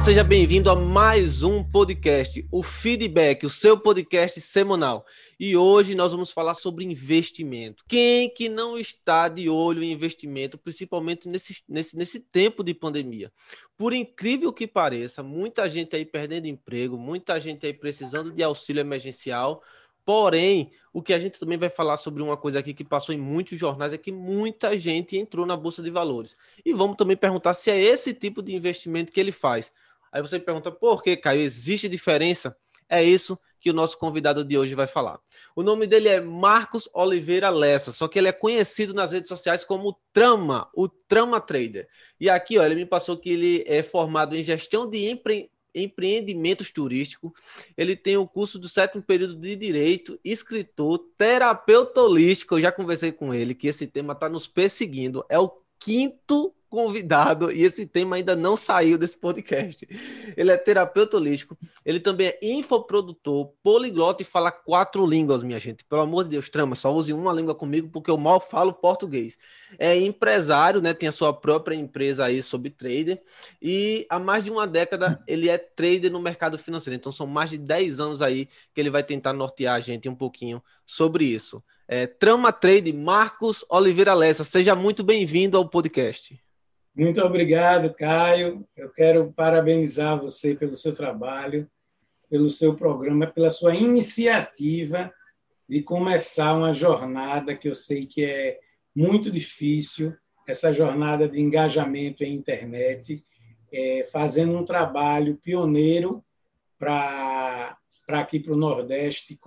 seja bem-vindo a mais um podcast, o Feedback, o seu podcast semanal. E hoje nós vamos falar sobre investimento. Quem que não está de olho em investimento, principalmente nesse tempo de pandemia? Por incrível que pareça, muita gente aí perdendo emprego, muita gente aí precisando de auxílio emergencial. Porém, o que a gente também vai falar sobre uma coisa aqui que passou em muitos jornais é que muita gente entrou na Bolsa de Valores. E vamos também perguntar se é esse tipo de investimento que ele faz. Aí você pergunta, por que, Caio? Existe diferença? É isso que o nosso convidado de hoje vai falar. O nome dele é Marcos Oliveira Lessa, só que ele é conhecido nas redes sociais como Trama, o Trama Trader. E aqui, ó, ele me passou que ele é formado em gestão de empreendimentos turísticos. Ele tem o curso do 7º período de Direito, escritor, terapeuta holístico. Eu já conversei com ele que esse tema está nos perseguindo. É o 5º convidado e esse tema ainda não saiu desse podcast. Ele é terapeuta holístico, ele também é infoprodutor, poliglota e fala 4 línguas, minha gente. Pelo amor de Deus, Trama, só use uma língua comigo porque eu mal falo português. É empresário, né? Tem a sua própria empresa aí sobre trader e há mais de uma década ele é trader no mercado financeiro. Então são mais de 10 anos aí que ele vai tentar nortear a gente um pouquinho sobre isso. Trama Trade, Marcos Oliveira Lessa, seja muito bem-vindo ao podcast. Muito obrigado, Caio. Eu quero parabenizar você pelo seu trabalho, pelo seu programa, pela sua iniciativa de começar uma jornada que eu sei que é muito difícil, essa jornada de engajamento em internet, fazendo um trabalho pioneiro para aqui para o Nordeste,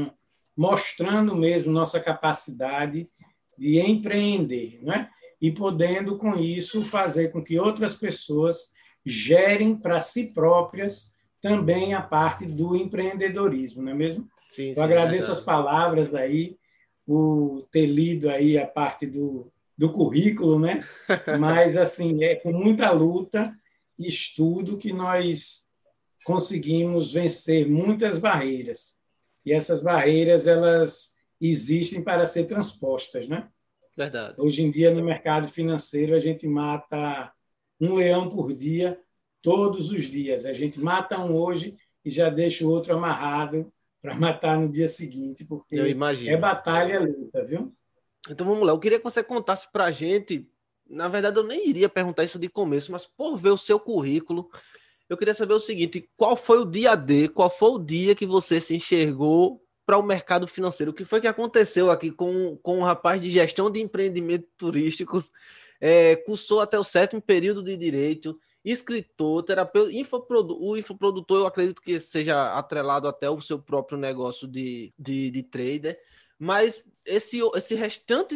mostrando mesmo nossa capacidade de empreender, não é? E podendo, com isso, fazer com que outras pessoas gerem para si próprias também a parte do empreendedorismo, não é mesmo? Sim, eu agradeço as palavras aí, por ter lido aí a parte do currículo, né? Mas, assim, é com muita luta e estudo que nós conseguimos vencer muitas barreiras. E essas barreiras, elas existem para ser transpostas, né? Verdade. Hoje em dia, no mercado financeiro, a gente mata um leão por dia, todos os dias. A gente mata um hoje e já deixa o outro amarrado para matar no dia seguinte, porque é batalha, é luta, viu? Então vamos lá, eu queria que você contasse para a gente, na verdade eu nem iria perguntar isso de começo, mas por ver o seu currículo, eu queria saber o seguinte, qual foi o dia D, qual foi o dia que você se enxergou para o mercado financeiro? O que foi que aconteceu aqui com um rapaz de gestão de empreendimentos turísticos, cursou até o 7º período de Direito, escritor, terapeuta, o infoprodutor eu acredito que seja atrelado até o seu próprio negócio de trader, mas esse restante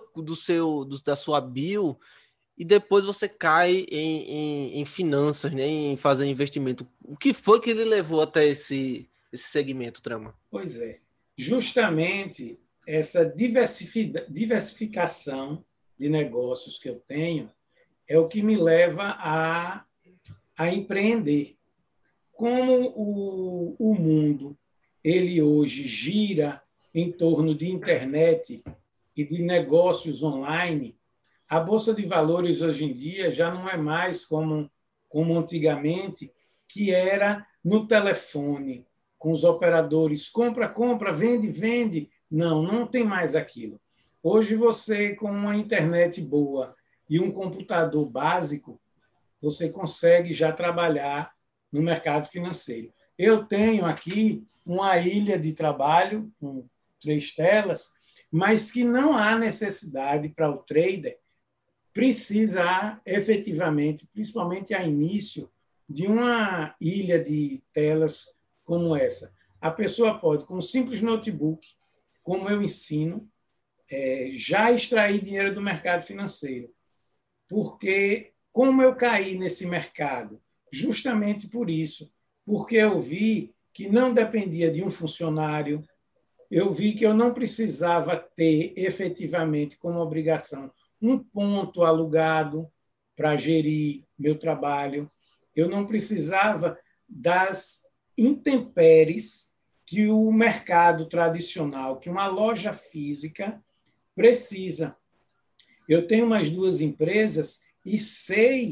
da sua bio, e depois você cai em finanças, né, em fazer investimento. O que foi que ele levou até esse segmento, Trama? Pois é. Justamente essa diversificação de negócios que eu tenho é o que me leva a empreender. Como o mundo ele hoje gira em torno de internet e de negócios online, a Bolsa de Valores hoje em dia já não é mais como antigamente, que era no telefone, com os operadores, compra, compra, vende, vende. Não tem mais aquilo. Hoje você, com uma internet boa e um computador básico, você consegue já trabalhar no mercado financeiro. Eu tenho aqui uma ilha de trabalho com 3 telas, mas que não há necessidade para o trader precisar efetivamente, principalmente a início, de uma ilha de telas como essa. A pessoa pode, com um simples notebook, como eu ensino, já extrair dinheiro do mercado financeiro. Porque, como eu caí nesse mercado? Justamente por isso. Porque eu vi que não dependia de um funcionário, eu vi que eu não precisava ter efetivamente como obrigação um ponto alugado para gerir meu trabalho, eu não precisava das intempéries que o mercado tradicional, que uma loja física precisa. Eu tenho umas 2 empresas e sei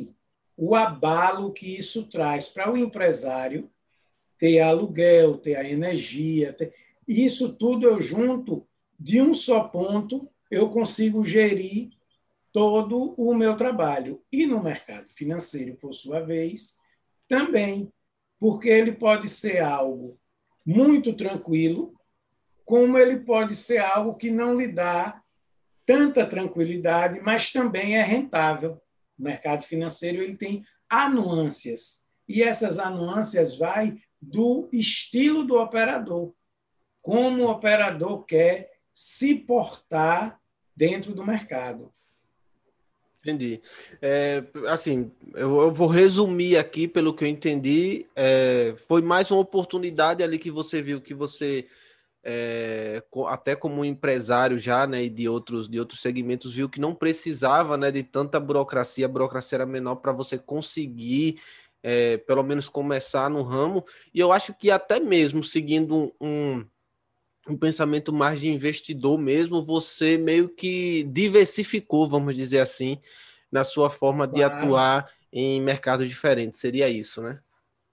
o abalo que isso traz para o empresário ter aluguel, ter a energia. Isso tudo eu junto de um só ponto, eu consigo gerir todo o meu trabalho. E no mercado financeiro, por sua vez, também, porque ele pode ser algo muito tranquilo, como ele pode ser algo que não lhe dá tanta tranquilidade, mas também é rentável. O mercado financeiro ele tem anuâncias, e essas anuâncias vai do estilo do operador, como o operador quer se portar dentro do mercado. Entendi. Assim, eu vou resumir aqui pelo que eu entendi. Foi mais uma oportunidade ali que você viu que você, até como empresário já, né, e de outros segmentos, viu que não precisava, né, de tanta burocracia. A burocracia era menor para você conseguir, pelo menos começar no ramo. E eu acho que até mesmo seguindo um pensamento mais de investidor mesmo, você meio que diversificou, vamos dizer assim, na sua forma de Claro, atuar em mercados diferentes. Seria isso, né?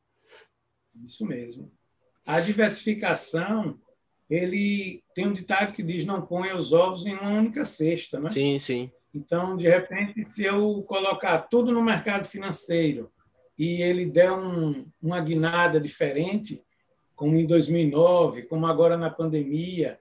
isso mesmo. A diversificação, ele tem um ditado que diz: não ponha os ovos em uma única cesta, né? Sim, sim. Então, de repente, se eu colocar tudo no mercado financeiro e ele der uma guinada diferente, como em 2009, como agora na pandemia,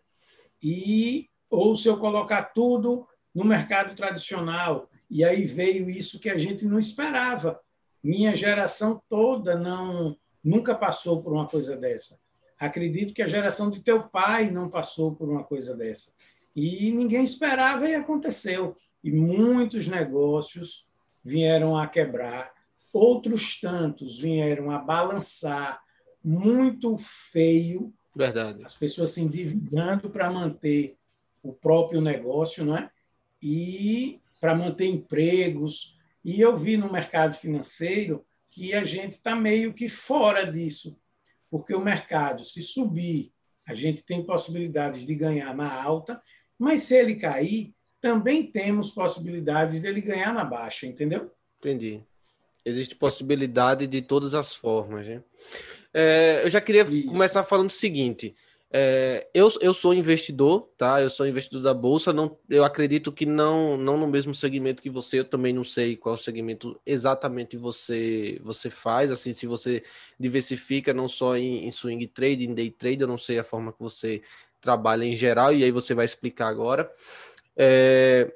ou se eu colocar tudo no mercado tradicional, e aí veio isso que a gente não esperava. Minha geração toda nunca passou por uma coisa dessa. Acredito que a geração de teu pai não passou por uma coisa dessa. E ninguém esperava e aconteceu. E muitos negócios vieram a quebrar, outros tantos vieram a balançar muito feio, Verdade. as pessoas se endividando para manter o próprio negócio, não é? E para manter empregos. E eu vi no mercado financeiro que a gente está meio que fora disso, porque o mercado, se subir, a gente tem possibilidades de ganhar na alta, mas se ele cair, também temos possibilidades dele ganhar na baixa, entendeu? Entendi. Existe possibilidade de todas as formas, né? Eu já queria Isso. começar falando o seguinte. Eu sou investidor, tá? Eu sou investidor da Bolsa. Não, eu acredito que não no mesmo segmento que você. Eu também não sei qual segmento exatamente você faz. Assim, se você diversifica não só em swing trade, em day trade, eu não sei a forma que você trabalha em geral, e aí você vai explicar agora. É,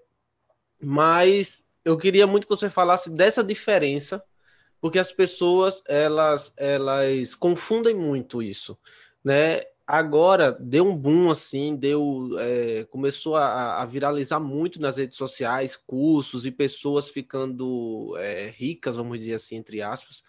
mas eu queria muito que você falasse dessa diferença, porque as pessoas elas confundem muito isso, né? Agora deu um boom assim, começou a viralizar muito nas redes sociais, cursos e pessoas ficando ricas, vamos dizer assim, entre aspas,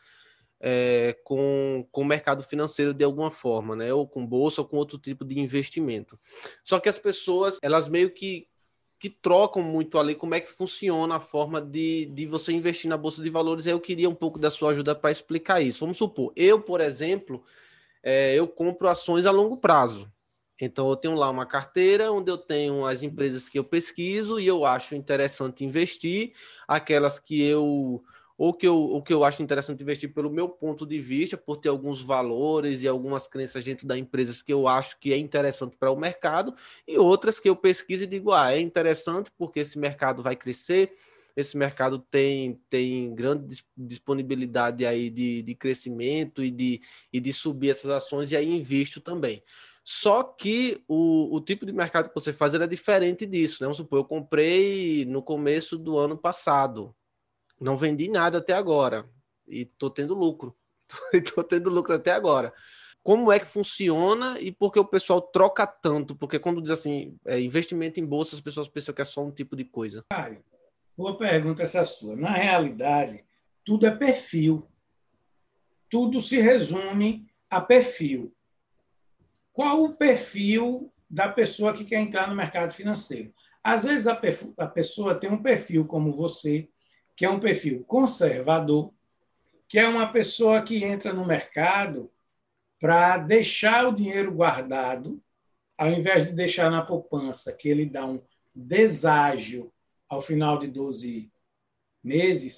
com o mercado financeiro de alguma forma, né? Ou com bolsa ou com outro tipo de investimento. Só que as pessoas, elas meio que trocam muito ali como é que funciona a forma de você investir na Bolsa de Valores. Eu queria um pouco da sua ajuda para explicar isso. Vamos supor, eu, por exemplo, eu compro ações a longo prazo. Então, eu tenho lá uma carteira onde eu tenho as empresas que eu pesquiso e eu acho interessante investir, aquelas que eu o que eu acho interessante investir pelo meu ponto de vista, por ter alguns valores e algumas crenças dentro das empresas que eu acho que é interessante para o mercado, e outras que eu pesquiso e digo, é interessante porque esse mercado vai crescer, esse mercado tem grande disponibilidade aí de crescimento e de subir essas ações, e aí invisto também. Só que o tipo de mercado que você faz era diferente disso, né? Vamos supor, eu comprei no começo do ano passado, não vendi nada até agora e estou tendo lucro. Estou tendo lucro até agora. Como é que funciona e por que o pessoal troca tanto? Porque quando diz assim, investimento em bolsa, as pessoas pensam que é só um tipo de coisa. Boa pergunta essa sua. Na realidade, tudo é perfil. Tudo se resume a perfil. Qual o perfil da pessoa que quer entrar no mercado financeiro? Às vezes a pessoa tem um perfil como você, que é um perfil conservador, que é uma pessoa que entra no mercado para deixar o dinheiro guardado, ao invés de deixar na poupança, que ele dá um deságio ao final de 12 meses,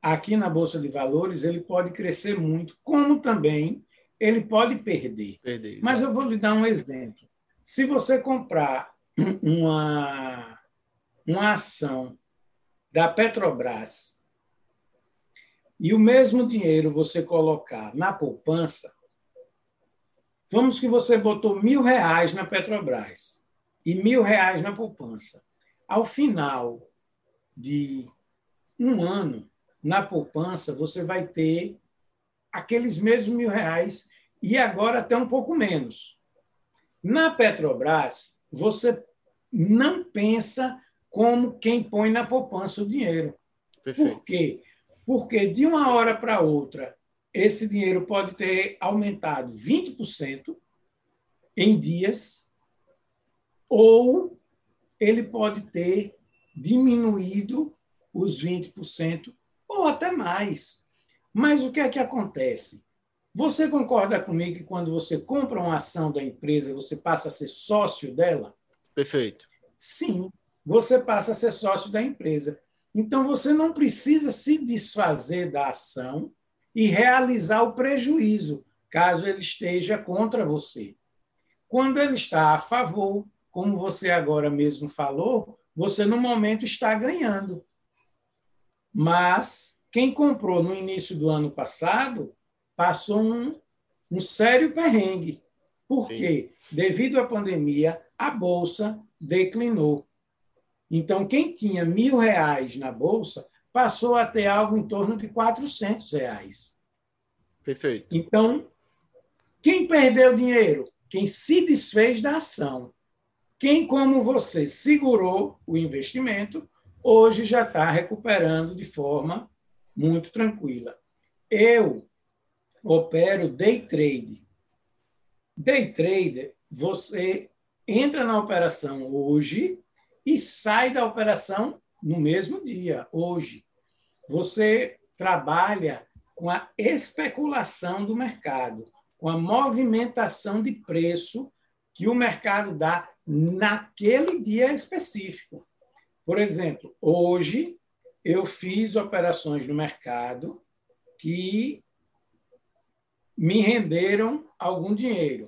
aqui na Bolsa de Valores, ele pode crescer muito, como também ele pode perder. Mas eu vou lhe dar um exemplo. Se você comprar uma ação da Petrobras e o mesmo dinheiro você colocar na poupança, vamos que você botou R$ 1.000 na Petrobras e R$ 1.000 na poupança. Ao final de um ano, na poupança, você vai ter aqueles mesmos R$ 1.000 e agora até um pouco menos. Na Petrobras, você não pensa como quem põe na poupança o dinheiro. Perfeito. Por quê? Porque de uma hora para outra, esse dinheiro pode ter aumentado 20% em dias, ou ele pode ter diminuído os 20%, ou até mais. Mas o que é que acontece? Você concorda comigo que quando você compra uma ação da empresa, você passa a ser sócio dela? Perfeito. Sim, você passa a ser sócio da empresa. Então, você não precisa se desfazer da ação e realizar o prejuízo, caso ele esteja contra você. Quando ele está a favor, como você agora mesmo falou, você no momento está ganhando. Mas quem comprou no início do ano passado passou um sério perrengue. Por quê? Devido à pandemia, a Bolsa declinou. Então, quem tinha R$ 1.000 na Bolsa passou a ter algo em torno de R$ 400. Perfeito. Então, quem perdeu dinheiro? Quem se desfez da ação. Quem, como você, segurou o investimento, hoje já está recuperando de forma muito tranquila. Eu opero day trade. Day trader, você entra na operação hoje e sai da operação no mesmo dia, hoje. Você trabalha com a especulação do mercado, com a movimentação de preço que o mercado dá naquele dia específico. Por exemplo, hoje eu fiz operações no mercado que me renderam algum dinheiro.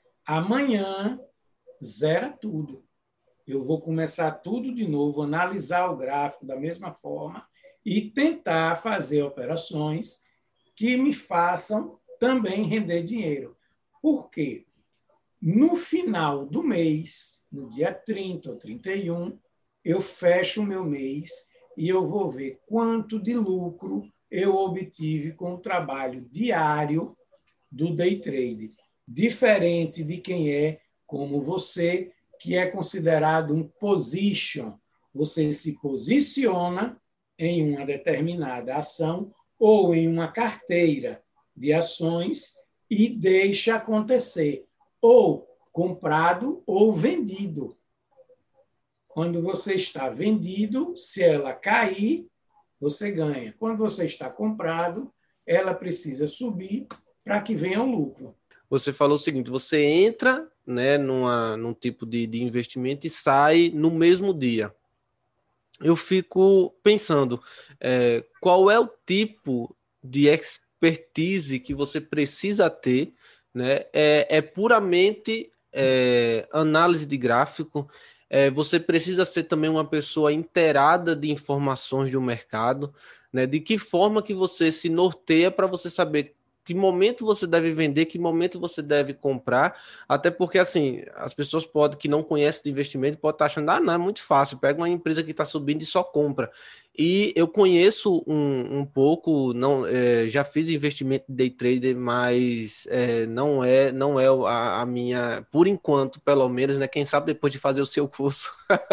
Amanhã, zera tudo. Eu vou começar tudo de novo, analisar o gráfico da mesma forma e tentar fazer operações que me façam também render dinheiro. Por quê? No final do mês, no dia 30 ou 31, eu fecho o meu mês e eu vou ver quanto de lucro eu obtive com o trabalho diário do day trade. Diferente de quem é como você, que é considerado um position. Você se posiciona em uma determinada ação ou em uma carteira de ações e deixa acontecer, ou comprado ou vendido. Quando você está vendido, se ela cair, você ganha. Quando você está comprado, ela precisa subir para que venha o lucro. Você falou o seguinte, você entra, né, num tipo de investimento e sai no mesmo dia. Eu fico pensando, qual é o tipo de expertise que você precisa ter, né? É puramente análise de gráfico, você precisa ser também uma pessoa inteirada de informações do mercado, né? De que forma que você se norteia para você saber que momento você deve vender, que momento você deve comprar, até porque, assim, as pessoas que não conhecem de investimento, podem estar achando, não, é muito fácil, pega uma empresa que está subindo e só compra. E eu conheço um pouco, não, já fiz investimento de day trader, mas não é a minha, por enquanto, pelo menos, né? Quem sabe depois de fazer o seu curso,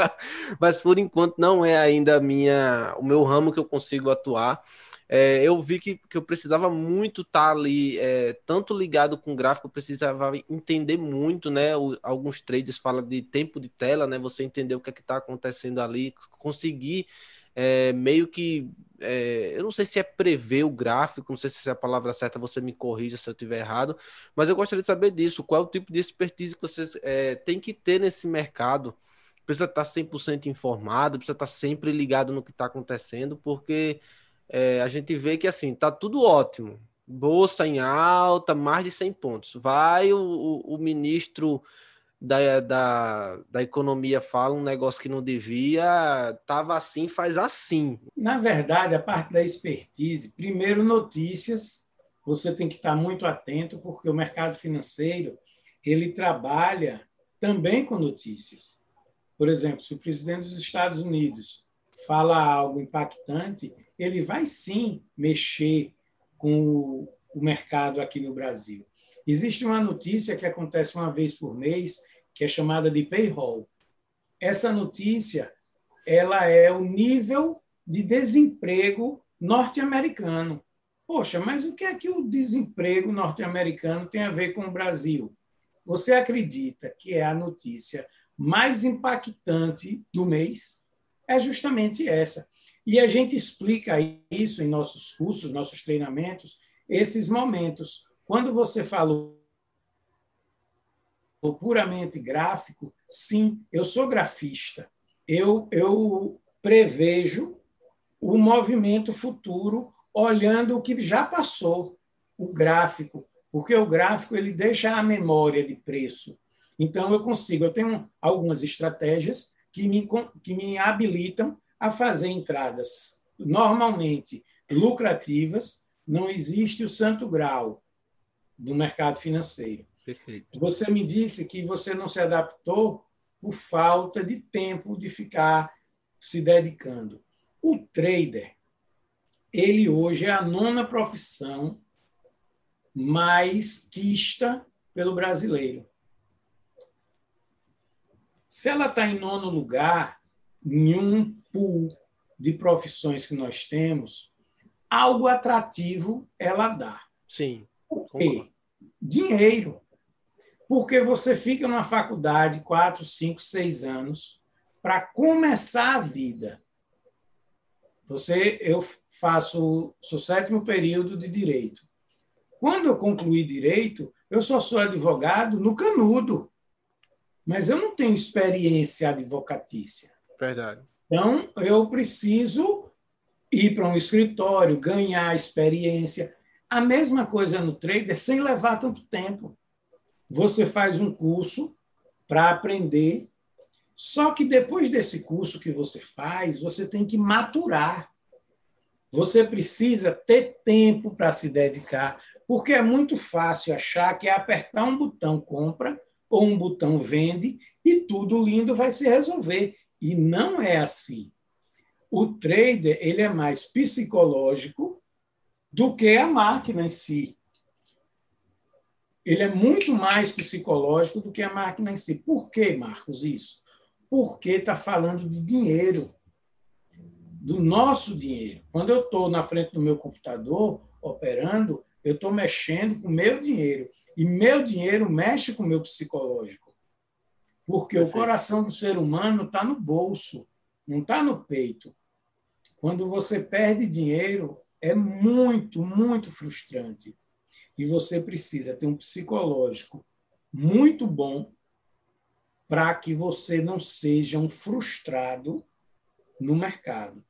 mas por enquanto não é ainda o meu ramo que eu consigo atuar. Eu vi que eu precisava muito estar ali, tanto ligado com gráfico, eu precisava entender muito, né? Alguns traders falam de tempo de tela, né? Você entender o que é que está acontecendo ali, conseguir meio que, eu não sei se é prever o gráfico, não sei se é a palavra certa, você me corrija se eu estiver errado, mas eu gostaria de saber disso, qual é o tipo de expertise que vocês têm que ter nesse mercado. Precisa estar 100% informado, precisa estar sempre ligado no que está acontecendo, porque a gente vê que assim, tá tudo ótimo. Bolsa em alta, mais de 100 pontos. Vai o ministro da economia fala um negócio que não devia, tava assim, faz assim. Na verdade, a parte da expertise, primeiro notícias, você tem que estar muito atento, porque o mercado financeiro ele trabalha também com notícias. Por exemplo, se o presidente dos Estados Unidos fala algo impactante, ele vai sim mexer com o mercado aqui no Brasil. Existe uma notícia que acontece uma vez por mês, que é chamada de payroll. Essa notícia, ela é o nível de desemprego norte-americano. Poxa, mas o que é que o desemprego norte-americano tem a ver com o Brasil? Você acredita que é a notícia mais impactante do mês? É justamente essa. E a gente explica isso em nossos cursos, nossos treinamentos, esses momentos. Quando você falou puramente gráfico, sim, eu sou grafista. Eu prevejo o movimento futuro olhando o que já passou, o gráfico, porque o gráfico ele deixa a memória de preço. Então, eu tenho algumas estratégias que me habilitam a fazer entradas normalmente lucrativas. Não existe o santo grau do mercado financeiro. Perfeito. Você me disse que você não se adaptou por falta de tempo de ficar se dedicando. O trader, ele hoje é a nona profissão mais quista pelo brasileiro. Se ela está em nono lugar, em um pool de profissões que nós temos, algo atrativo ela dá. Sim. Por quê? Dinheiro. Porque você fica numa faculdade 4, 5, 6 anos para começar a vida. Eu sou 7º período de Direito. Quando eu concluí Direito, eu só sou advogado no canudo, mas eu não tenho experiência advocatícia. Verdade. Então, eu preciso ir para um escritório, ganhar experiência. A mesma coisa no trader, sem levar tanto tempo. Você faz um curso para aprender, só que depois desse curso que você faz, você tem que maturar. Você precisa ter tempo para se dedicar, porque é muito fácil achar que é apertar um botão compra ou um botão vende e tudo lindo vai se resolver. E não é assim. O trader ele é mais psicológico do que a máquina em si. Ele é muito mais psicológico do que a máquina em si. Por que, Marcos, isso? Porque está falando de dinheiro, do nosso dinheiro. Quando eu estou na frente do meu computador, operando, eu estou mexendo com o meu dinheiro. E meu dinheiro mexe com o meu psicológico. Porque o coração do ser humano está no bolso, não está no peito. Quando você perde dinheiro, é muito, muito frustrante. E você precisa ter um psicológico muito bom para que você não seja um frustrado no mercado.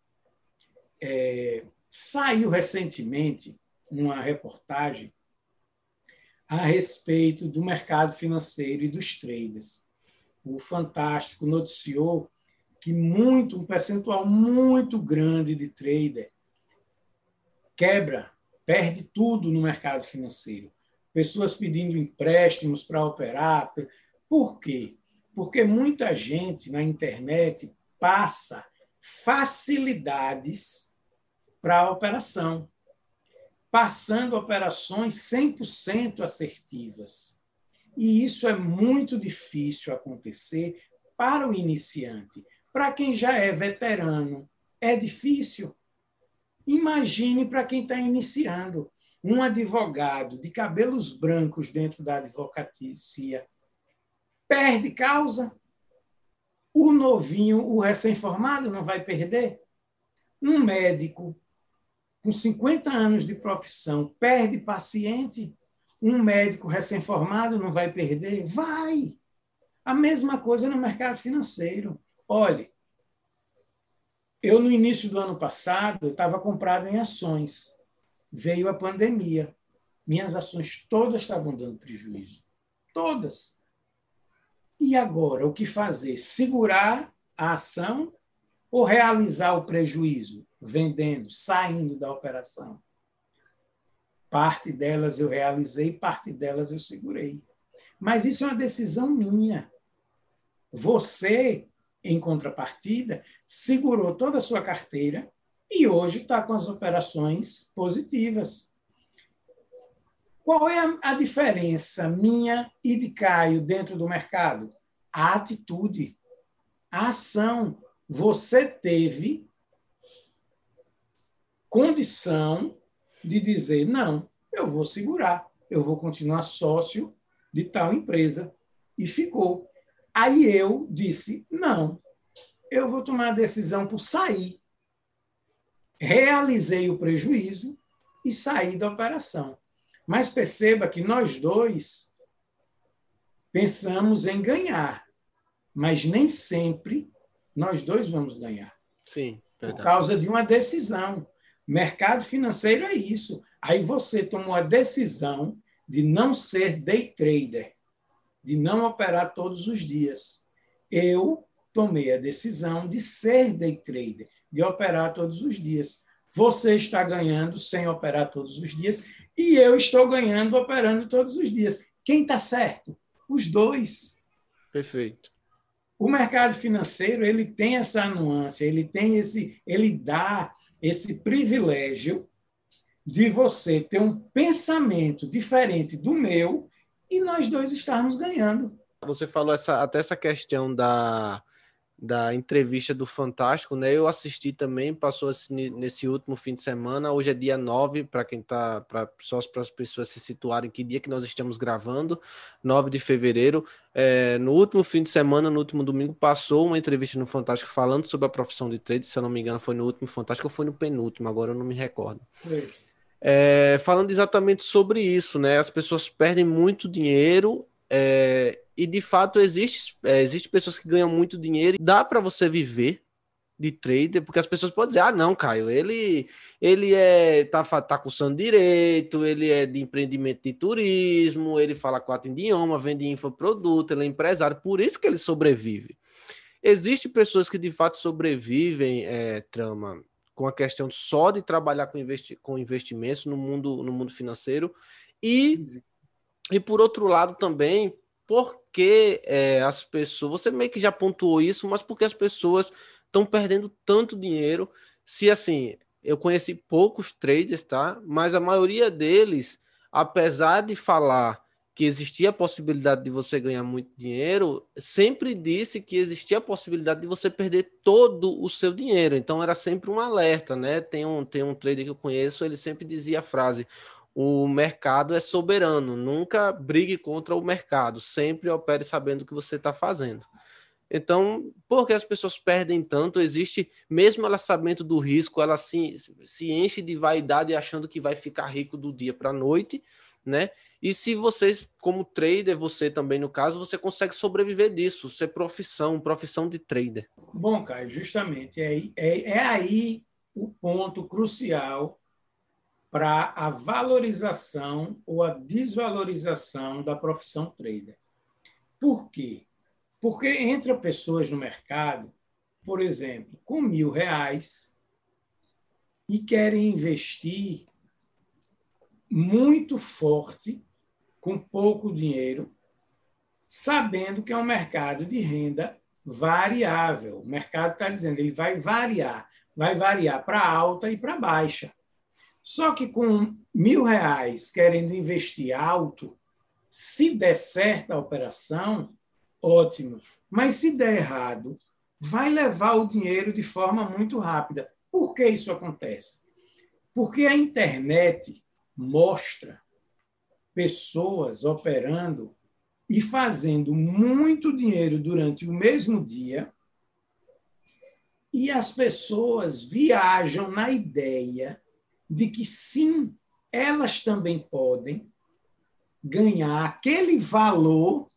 Saiu recentemente uma reportagem a respeito do mercado financeiro e dos traders. O Fantástico noticiou que um percentual muito grande de trader perde tudo no mercado financeiro. Pessoas pedindo empréstimos para operar. Por quê? Porque muita gente na internet passa facilidades para a operação, passando operações 100% assertivas. E isso é muito difícil acontecer para o iniciante. Para quem já é veterano, é difícil. Imagine para quem está iniciando. Um advogado de cabelos brancos dentro da advocacia perde causa. O novinho, o recém-formado, não vai perder. Um médico com 50 anos de profissão perde paciente. Um médico recém-formado não vai perder? Vai! A mesma coisa no mercado financeiro. Olhe, Eu, no início do ano passado, eu estava comprado em ações. Veio a pandemia. Minhas ações todas estavam dando prejuízo. Todas. E agora, o que fazer? Segurar a ação ou realizar o prejuízo? Vendendo, saindo da operação. Parte delas eu realizei, parte delas eu segurei. Mas isso é uma decisão minha. Você, em contrapartida, segurou toda a sua carteira e hoje está com as operações positivas. Qual é a diferença minha e de Caio dentro do mercado? A atitude, a ação. Você teve condição de dizer, não, eu vou segurar, eu vou continuar sócio de tal empresa. E ficou. Aí eu disse, não, eu vou tomar a decisão por sair. Realizei o prejuízo e saí da operação. Mas perceba que nós dois pensamos em ganhar, mas nem sempre nós dois vamos ganhar. Sim, verdade. Por causa de uma decisão. Mercado financeiro é isso. Aí você tomou a decisão de não ser day trader, de não operar todos os dias. Eu tomei a decisão de ser day trader, de operar todos os dias. Você está ganhando sem operar todos os dias e eu estou ganhando operando todos os dias. Quem está certo? Os dois. Perfeito. O mercado financeiro ele tem essa nuance, ele dá esse privilégio de você ter um pensamento diferente do meu e nós dois estarmos ganhando. Você falou até essa questão da entrevista do Fantástico, né? Eu assisti também, passou nesse último fim de semana. Hoje é dia 9, para quem tá, só para as pessoas se situarem que dia que nós estamos gravando, 9 de fevereiro. No último fim de semana, no último domingo, passou uma entrevista no Fantástico falando sobre a profissão de trader. Se eu não me engano, foi no último Fantástico ou foi no penúltimo, agora eu não me recordo. Falando exatamente sobre isso, né? As pessoas perdem muito dinheiro. E de fato existe pessoas que ganham muito dinheiro. Dá para você viver de trader, porque as pessoas podem dizer, não, Caio, ele tá cursando direito, ele é de empreendimento de turismo, ele fala 4 idiomas, vende infoproduto, ele é empresário, por isso que ele sobrevive. Existem pessoas que de fato sobrevivem, Trama, com a questão só de trabalhar com investimentos no mundo financeiro e por outro lado também, porque as pessoas, você meio que já pontuou isso, mas porque as pessoas estão perdendo tanto dinheiro. Se assim, eu conheci poucos traders, tá? Mas a maioria deles, apesar de falar que existia a possibilidade de você ganhar muito dinheiro, sempre disse que existia a possibilidade de você perder todo o seu dinheiro. Então era sempre um alerta, né? Tem um trader que eu conheço, ele sempre dizia a frase: o mercado é soberano, nunca brigue contra o mercado, sempre opere sabendo o que você está fazendo. Então, por que as pessoas perdem tanto? Existe, mesmo ela sabendo do risco, ela se enche de vaidade achando que vai ficar rico do dia para a noite, né? E se vocês, como trader, você também no caso, você consegue sobreviver disso, ser profissão de trader. Bom, Caio, justamente, é aí o ponto crucial para a valorização ou a desvalorização da profissão trader. Por quê? Porque entra pessoas no mercado, por exemplo, com R$1.000 e querem investir muito forte, com pouco dinheiro, sabendo que é um mercado de renda variável. O mercado está dizendo que ele vai variar para alta e para baixa. Só que com R$1.000 querendo investir alto, se der certo a operação, ótimo. Mas se der errado, vai levar o dinheiro de forma muito rápida. Por que isso acontece? Porque a internet mostra pessoas operando e fazendo muito dinheiro durante o mesmo dia, e as pessoas viajam na ideia de que, sim, elas também podem ganhar aquele valor,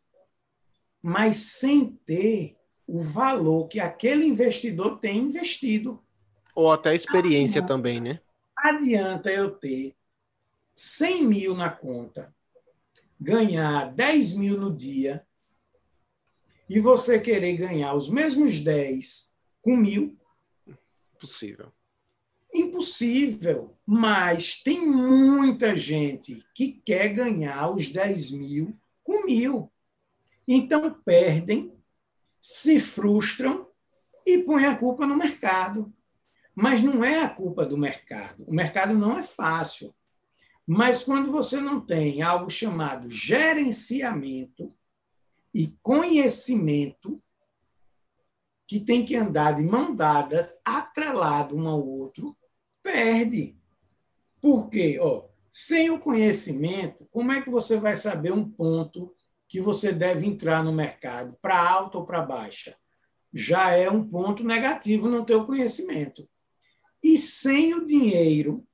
mas sem ter o valor que aquele investidor tem investido. Ou até experiência também, né? Adianta eu ter 100 mil na conta, ganhar 10 mil no dia, e você querer ganhar os mesmos 10 com 1.000? Possível. Impossível. Mas tem muita gente que quer ganhar os 10 mil com 1.000. Então perdem, se frustram e põem a culpa no mercado. Mas não é a culpa do mercado. O mercado não é fácil. Mas quando você não tem algo chamado gerenciamento e conhecimento, que tem que andar de mão dada, atrelado um ao outro, perde. Por quê? Sem o conhecimento, como é que você vai saber um ponto que você deve entrar no mercado, para alta ou para baixa? Já é um ponto negativo não ter o conhecimento. E sem o dinheiro,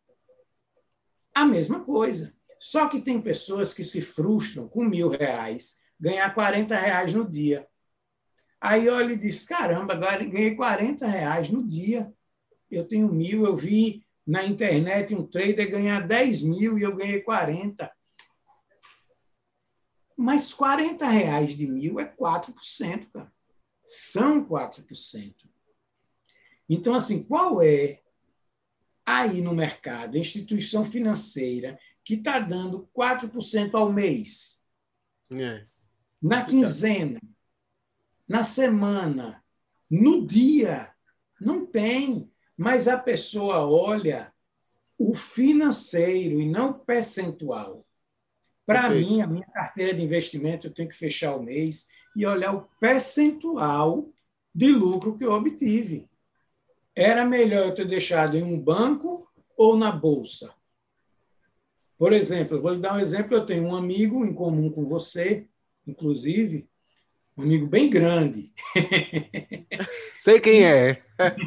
a mesma coisa. Só que tem pessoas que se frustram com R$ 1.000, ganhar R$ 40 no dia. Aí olha e diz, caramba, agora ganhei R$ 40 no dia. Eu tenho 1.000, eu vi na internet um trader ganhar 10 mil e eu ganhei 40. Mas R$ 40 de 1.000 é 4%, cara. São 4%. Então, assim, qual é aí no mercado a instituição financeira que está dando 4% ao mês? Na quinzena, na semana, no dia? Não tem. Mas a pessoa olha o financeiro e não o percentual. Para mim, a minha carteira de investimento, eu tenho que fechar o mês e olhar o percentual de lucro que eu obtive. Era melhor eu ter deixado em um banco ou na bolsa? Por exemplo, eu vou lhe dar um exemplo. Eu tenho um amigo em comum com você, inclusive, um amigo bem grande. Sei quem é.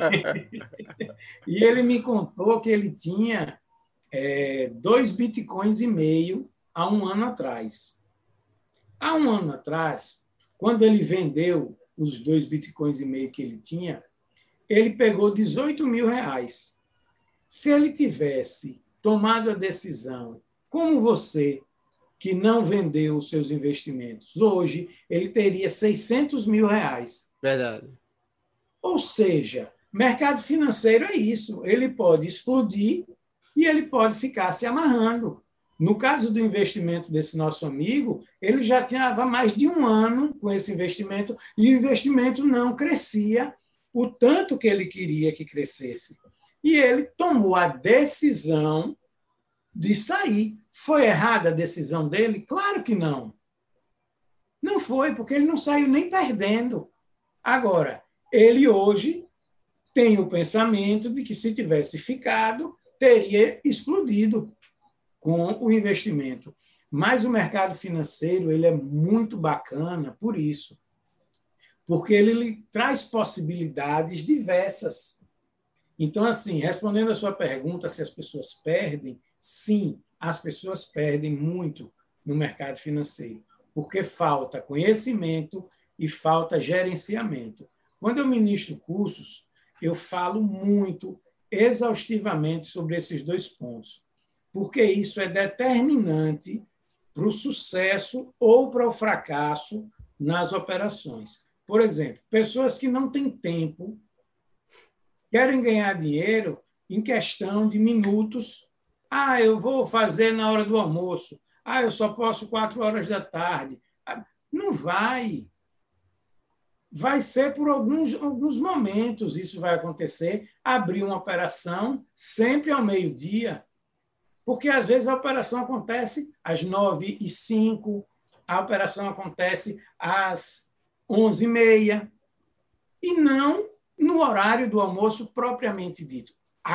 E ele me contou que ele tinha 2,5 bitcoins há um ano atrás. Há um ano atrás, quando ele vendeu os 2,5 bitcoins que ele tinha, ele pegou R$ 18.000. Se ele tivesse tomado a decisão, como você, que não vendeu os seus investimentos, hoje ele teria R$ 600 mil. Verdade. Ou seja, mercado financeiro é isso. Ele pode explodir e ele pode ficar se amarrando. No caso do investimento desse nosso amigo, ele já tinha mais de um ano com esse investimento e o investimento não crescia o tanto que ele queria que crescesse. E ele tomou a decisão de sair. Foi errada a decisão dele? Claro que não. Não foi, porque ele não saiu nem perdendo. Agora, ele hoje tem o pensamento de que se tivesse ficado, teria explodido com o investimento. Mas o mercado financeiro ele é muito bacana por isso, porque ele lhe traz possibilidades diversas. Então, assim, respondendo a sua pergunta, se as pessoas perdem, sim, as pessoas perdem muito no mercado financeiro, porque falta conhecimento e falta gerenciamento. Quando eu ministro cursos, eu falo muito, exaustivamente, sobre esses dois pontos, porque isso é determinante para o sucesso ou para o fracasso nas operações. Por exemplo, pessoas que não têm tempo querem ganhar dinheiro em questão de minutos. Eu vou fazer na hora do almoço. Eu só posso 4 horas da tarde. Não vai. Vai ser por alguns momentos isso vai acontecer. Abrir uma operação sempre ao meio-dia, porque às vezes a operação acontece às 9h05, a operação acontece às 11h30, e não no horário do almoço propriamente dito.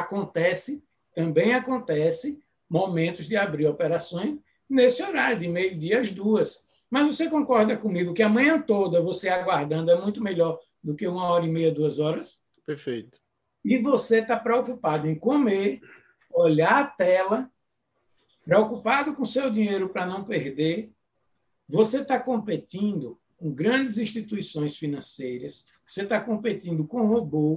Também acontece momentos de abrir operações nesse horário, de meio-dia às 2h. Mas você concorda comigo que a manhã toda você aguardando é muito melhor do que 1h30, 2 horas? Perfeito. E você está preocupado em comer, olhar a tela, preocupado com o seu dinheiro para não perder. Você está competindo com grandes instituições financeiras, você está competindo com robô,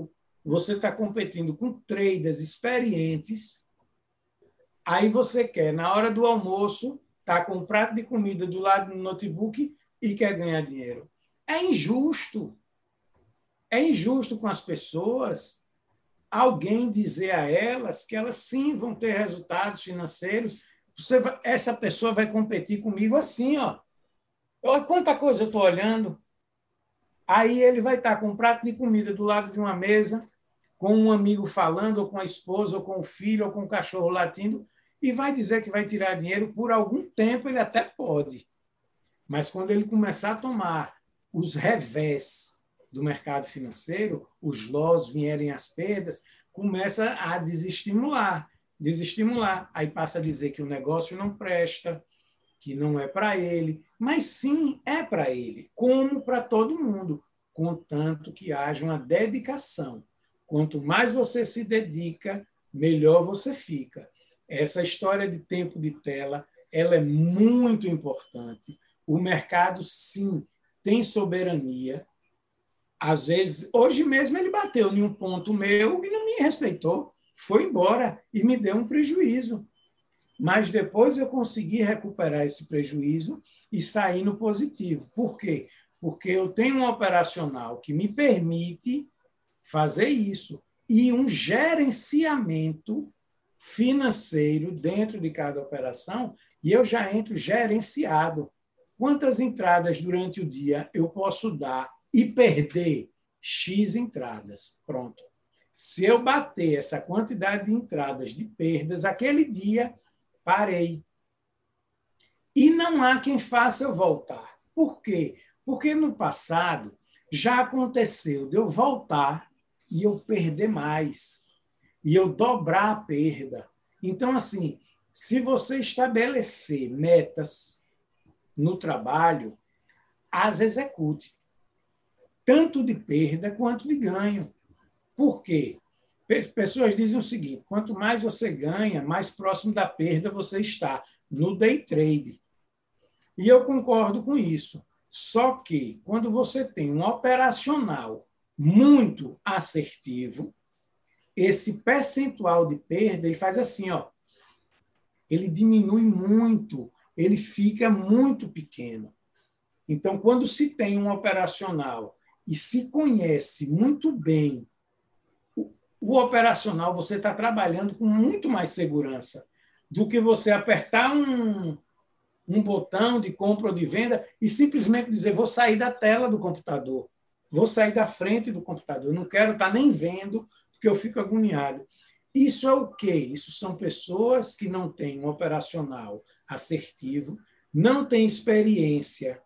você está competindo com traders experientes, aí você quer, na hora do almoço, estar com um prato de comida do lado do notebook e quer ganhar dinheiro. É injusto. É injusto com as pessoas alguém dizer a elas que elas sim vão ter resultados financeiros. Essa pessoa vai competir comigo assim, ó. Olha quanta coisa eu estou olhando. Aí ele vai estar com um prato de comida do lado de uma mesa, com um amigo falando, ou com a esposa, ou com o filho, ou com o cachorro latindo, e vai dizer que vai tirar dinheiro por algum tempo, ele até pode. Mas quando ele começar a tomar os revés do mercado financeiro, os loss vierem as perdas, começa a desestimular. Aí passa a dizer que o negócio não presta, que não é para ele, mas sim é para ele, como para todo mundo, contanto que haja uma dedicação. Quanto mais você se dedica, melhor você fica. Essa história de tempo de tela, ela é muito importante. O mercado, sim, tem soberania. Às vezes, hoje mesmo ele bateu em um ponto meu e não me respeitou, foi embora e me deu um prejuízo. Mas depois eu consegui recuperar esse prejuízo e sair no positivo. Por quê? Porque eu tenho um operacional que me permite fazer isso e um gerenciamento financeiro dentro de cada operação, e eu já entro gerenciado. Quantas entradas durante o dia eu posso dar e perder? X entradas. Pronto. Se eu bater essa quantidade de entradas de perdas, aquele dia, parei. E não há quem faça eu voltar. Por quê? Porque no passado já aconteceu de eu voltar e eu perder mais. E eu dobrar a perda. Então, assim, se você estabelecer metas no trabalho, as execute. Tanto de perda quanto de ganho. Por quê? Pessoas dizem o seguinte: quanto mais você ganha, mais próximo da perda você está no day trade. E eu concordo com isso. Só que, quando você tem um operacional muito assertivo, esse percentual de perda, ele faz assim, ó, ele diminui muito, ele fica muito pequeno. Então, quando se tem um operacional e se conhece muito bem o operacional, você está trabalhando com muito mais segurança do que você apertar um botão de compra ou de venda e simplesmente dizer, vou sair da tela do computador, vou sair da frente do computador, eu não quero estar nem vendo, porque eu fico agoniado. Isso é o quê? Isso são pessoas que não têm um operacional assertivo, não têm experiência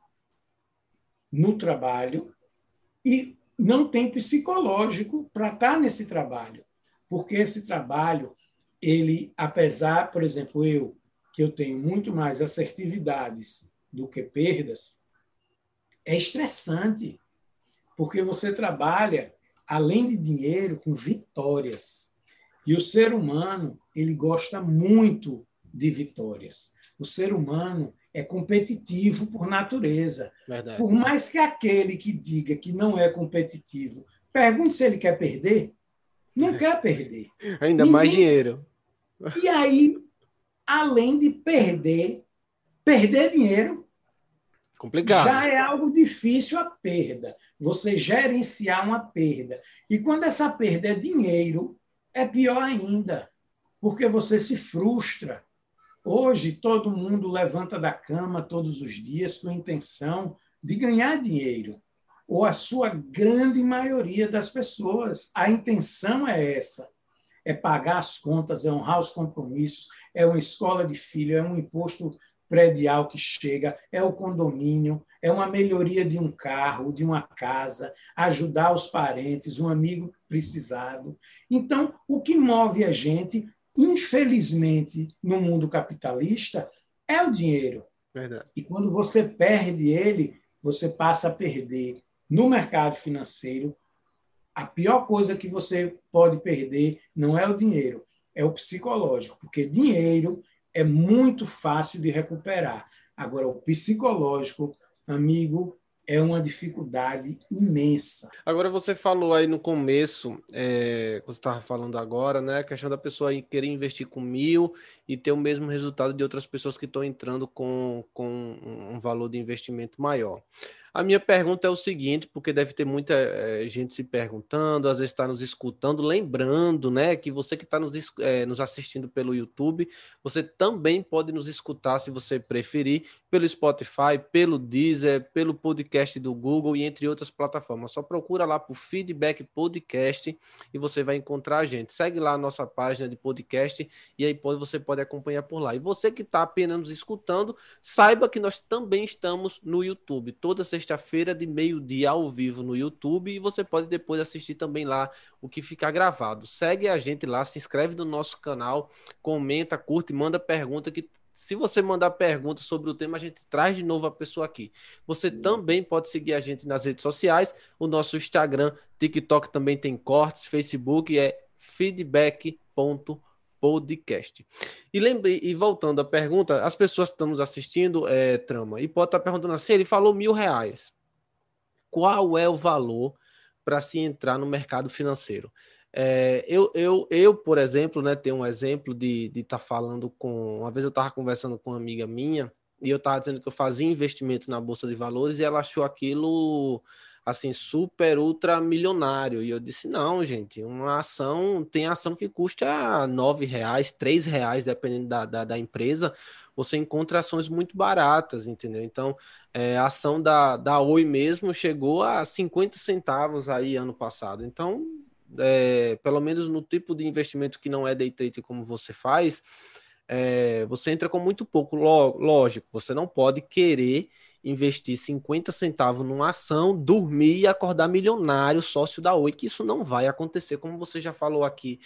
no trabalho e não tem psicológico para estar nesse trabalho. Porque esse trabalho, ele, apesar, por exemplo, que eu tenho muito mais assertividades do que perdas, é estressante, porque você trabalha, além de dinheiro, com vitórias. E o ser humano, ele gosta muito de vitórias. O ser humano é competitivo por natureza. Verdade. Por mais que aquele que diga que não é competitivo, pergunte se ele quer perder, não quer perder. Ainda mais dinheiro. E aí, além de perder dinheiro, complicado. Já é algo difícil a perda. Você gerenciar uma perda. E quando essa perda é dinheiro, é pior ainda, porque você se frustra. Hoje, todo mundo levanta da cama todos os dias com a intenção de ganhar dinheiro. Ou a sua grande maioria das pessoas. A intenção é essa. É pagar as contas, é honrar os compromissos, é uma escola de filho, é um imposto predial que chega, é o condomínio, é uma melhoria de um carro, de uma casa, ajudar os parentes, um amigo precisado. Então, o que move a gente, infelizmente, no mundo capitalista, é o dinheiro. Verdade. E quando você perde ele, você passa a perder no mercado financeiro. A pior coisa que você pode perder não é o dinheiro, é o psicológico, porque dinheiro é muito fácil de recuperar. Agora, o psicológico, amigo, é uma dificuldade imensa. Agora, você falou aí no começo, você estava falando agora, né? A questão da pessoa querer investir com 1.000 e ter o mesmo resultado de outras pessoas que estão entrando com um valor de investimento maior. A minha pergunta é o seguinte, porque deve ter muita gente se perguntando, às vezes está nos escutando, lembrando, né, que você que está nos assistindo pelo YouTube, você também pode nos escutar, se você preferir, pelo Spotify, pelo Deezer, pelo podcast do Google e entre outras plataformas. Só procura lá por Feedback Podcast e você vai encontrar a gente. Segue lá a nossa página de podcast e aí você pode acompanhar por lá. E você que está apenas nos escutando, saiba que nós também estamos no YouTube, toda sexta-feira de meio-dia ao vivo no YouTube, e você pode depois assistir também lá o que ficar gravado. Segue a gente lá, se inscreve no nosso canal, comenta, curte, manda pergunta, que se você mandar pergunta sobre o tema, a gente traz de novo a pessoa aqui. Você também pode seguir a gente nas redes sociais, o nosso Instagram, TikTok também tem cortes, Facebook é feedback.podcast. E voltando à pergunta, as pessoas que estão nos assistindo, Trama, e pode estar perguntando assim, ele falou R$ 1.000. Qual é o valor para se entrar no mercado financeiro? Eu, por exemplo, né, tenho um exemplo de estar falando com... Uma vez eu estava conversando com uma amiga minha e eu estava dizendo que eu fazia investimento na Bolsa de Valores e ela achou aquilo assim, super, ultra milionário. E eu disse, não, gente, tem ação que custa R$ 9, R$ 3, dependendo da empresa, você encontra ações muito baratas, entendeu? Então, a ação da Oi mesmo chegou a 50 centavos aí ano passado. Então, pelo menos no tipo de investimento que não é day trade como você faz, você entra com muito pouco. Lógico, você não pode querer investir 50 centavos numa ação, dormir e acordar milionário, sócio da Oi, que isso não vai acontecer, como você já falou aqui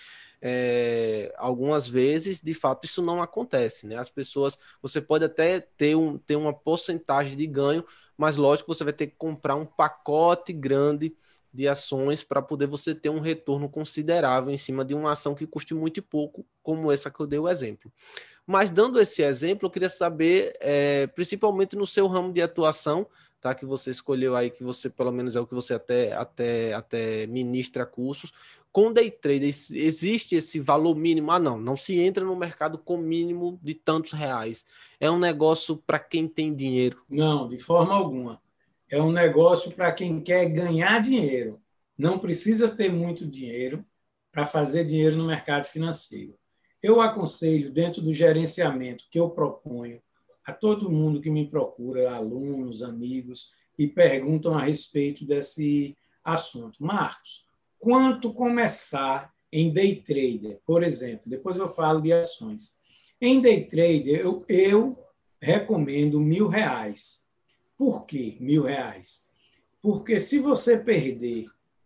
algumas vezes, de fato isso não acontece, né? As pessoas, você pode até ter uma porcentagem de ganho, mas lógico, você vai ter que comprar um pacote grande de ações para poder você ter um retorno considerável em cima de uma ação que custe muito pouco, como essa que eu dei o exemplo. Mas dando esse exemplo, eu queria saber, principalmente no seu ramo de atuação, tá? Que você escolheu aí, que você, pelo menos é o que você até ministra cursos. Com day trade, existe esse valor mínimo? Ah, não se entra no mercado com mínimo de tantos reais. É um negócio para quem tem dinheiro? Não, de forma alguma. É um negócio para quem quer ganhar dinheiro. Não precisa ter muito dinheiro para fazer dinheiro no mercado financeiro. Eu aconselho, dentro do gerenciamento que eu proponho, a todo mundo que me procura, alunos, amigos, e perguntam a respeito desse assunto. Marcos, quanto começar em day trader, por exemplo? Depois eu falo de ações. Em day trader, eu recomendo R$ 1.000. Por que R$ 1.000? Porque se você perder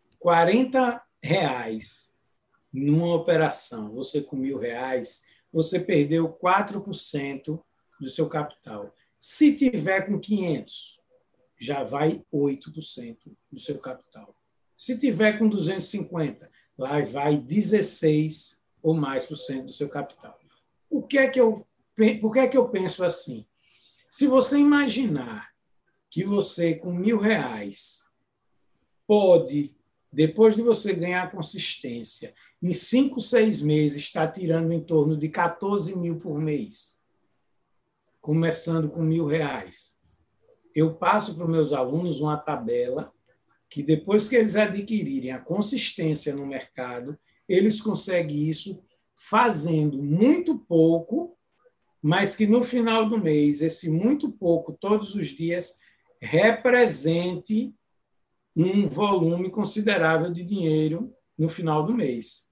R$ 40 numa operação, você com R$ 1.000, você perdeu 4% do seu capital. Se tiver com 500, já vai 8% do seu capital. Se tiver com 250, lá vai 16 ou mais por cento do seu capital. Por que é que eu penso assim? Se você imaginar que você, com R$ 1.000, pode, depois de você ganhar consistência, em 5, 6 meses, está tirando em torno de 14 mil por mês, começando com R$ 1.000. Eu passo para os meus alunos uma tabela que, depois que eles adquirirem a consistência no mercado, eles conseguem isso fazendo muito pouco, mas que no final do mês, esse muito pouco, todos os dias, represente um volume considerável de dinheiro no final do mês.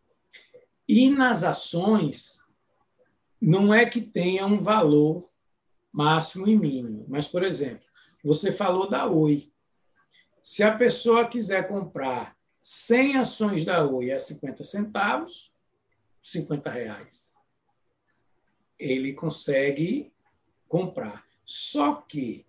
E nas ações, não é que tenha um valor máximo e mínimo, mas, por exemplo, você falou da Oi. Se a pessoa quiser comprar 100 ações da Oi a 50 centavos, R$ 50, ele consegue comprar. Só que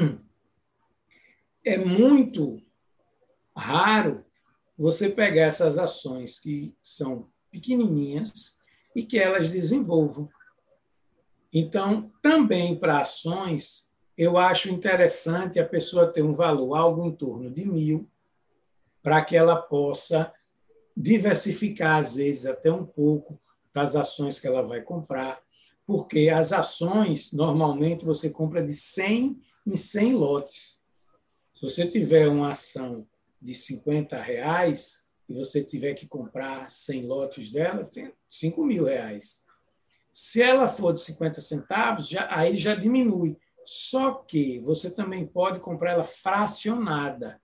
é muito raro você pegar essas ações que são pequenininhas e que elas desenvolvam. Então, também para ações, eu acho interessante a pessoa ter um valor algo em torno de 1.000, para que ela possa diversificar, às vezes, até um pouco das ações que ela vai comprar, porque as ações, normalmente, você compra de 100 em 100 lotes. Se você tiver uma ação de R$ 50 e você tiver que comprar 100 lotes dela, tem R$ 5.000. Se ela for de 50 centavos, aí já diminui. Só que você também pode comprar ela fracionada.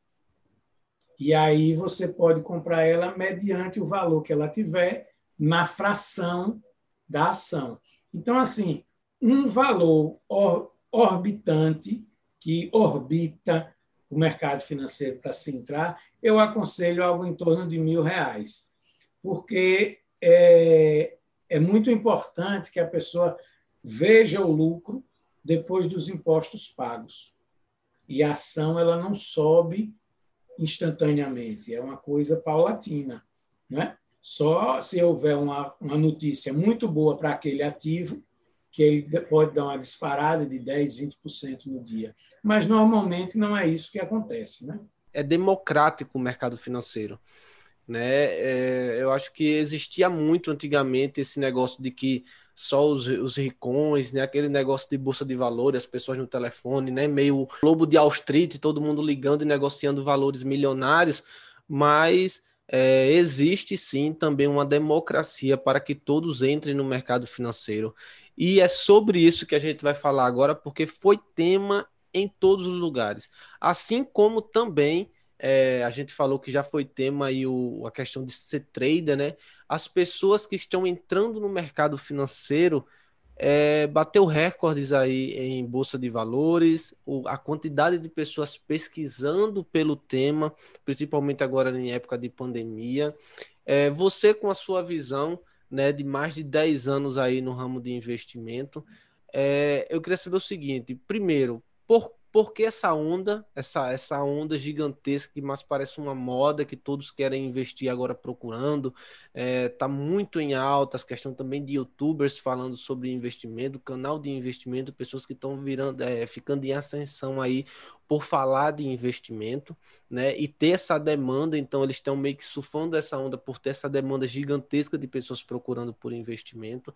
E aí você pode comprar ela mediante o valor que ela tiver na fração da ação. Então, assim, um valor orbitante que orbita o mercado financeiro para se entrar, eu aconselho algo em torno de R$ 1.000, porque é muito importante que a pessoa veja o lucro depois dos impostos pagos. E a ação ela não sobe instantaneamente, é uma coisa paulatina, não é? Só se houver uma notícia muito boa para aquele ativo, que ele pode dar uma disparada de 10%, 20% no dia. Mas, normalmente, não é isso que acontece, né? É democrático o mercado financeiro, né? Eu acho que existia muito antigamente esse negócio de que só os ricões, né? Aquele negócio de bolsa de valores, as pessoas no telefone, né? Meio Lobo de Wall Street, todo mundo ligando e negociando valores milionários, mas existe sim também uma democracia para que todos entrem no mercado financeiro. E é sobre isso que a gente vai falar agora, porque foi tema em todos os lugares. Assim como também a gente falou que já foi tema aí a questão de ser trader, né? As pessoas que estão entrando no mercado financeiro bateu recordes aí em bolsa de valores, a quantidade de pessoas pesquisando pelo tema, principalmente agora em época de pandemia. Você com a sua visão, né, de mais de 10 anos aí no ramo de investimento, eu queria saber o seguinte: primeiro, por que essa onda gigantesca que mais parece uma moda que todos querem investir agora procurando? Tá muito em alta as questões também de YouTubers falando sobre investimento, canal de investimento, pessoas que estão ficando em ascensão aí por falar de investimento, né? E ter essa demanda, então eles estão meio que surfando essa onda por ter essa demanda gigantesca de pessoas procurando por investimento.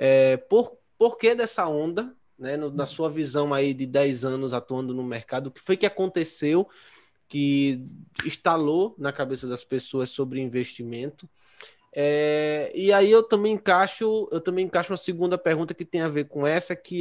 Por que dessa onda? Né, na sua visão aí de 10 anos atuando no mercado, o que foi que aconteceu que instalou na cabeça das pessoas sobre investimento? E aí eu também encaixo uma segunda pergunta que tem a ver com essa, que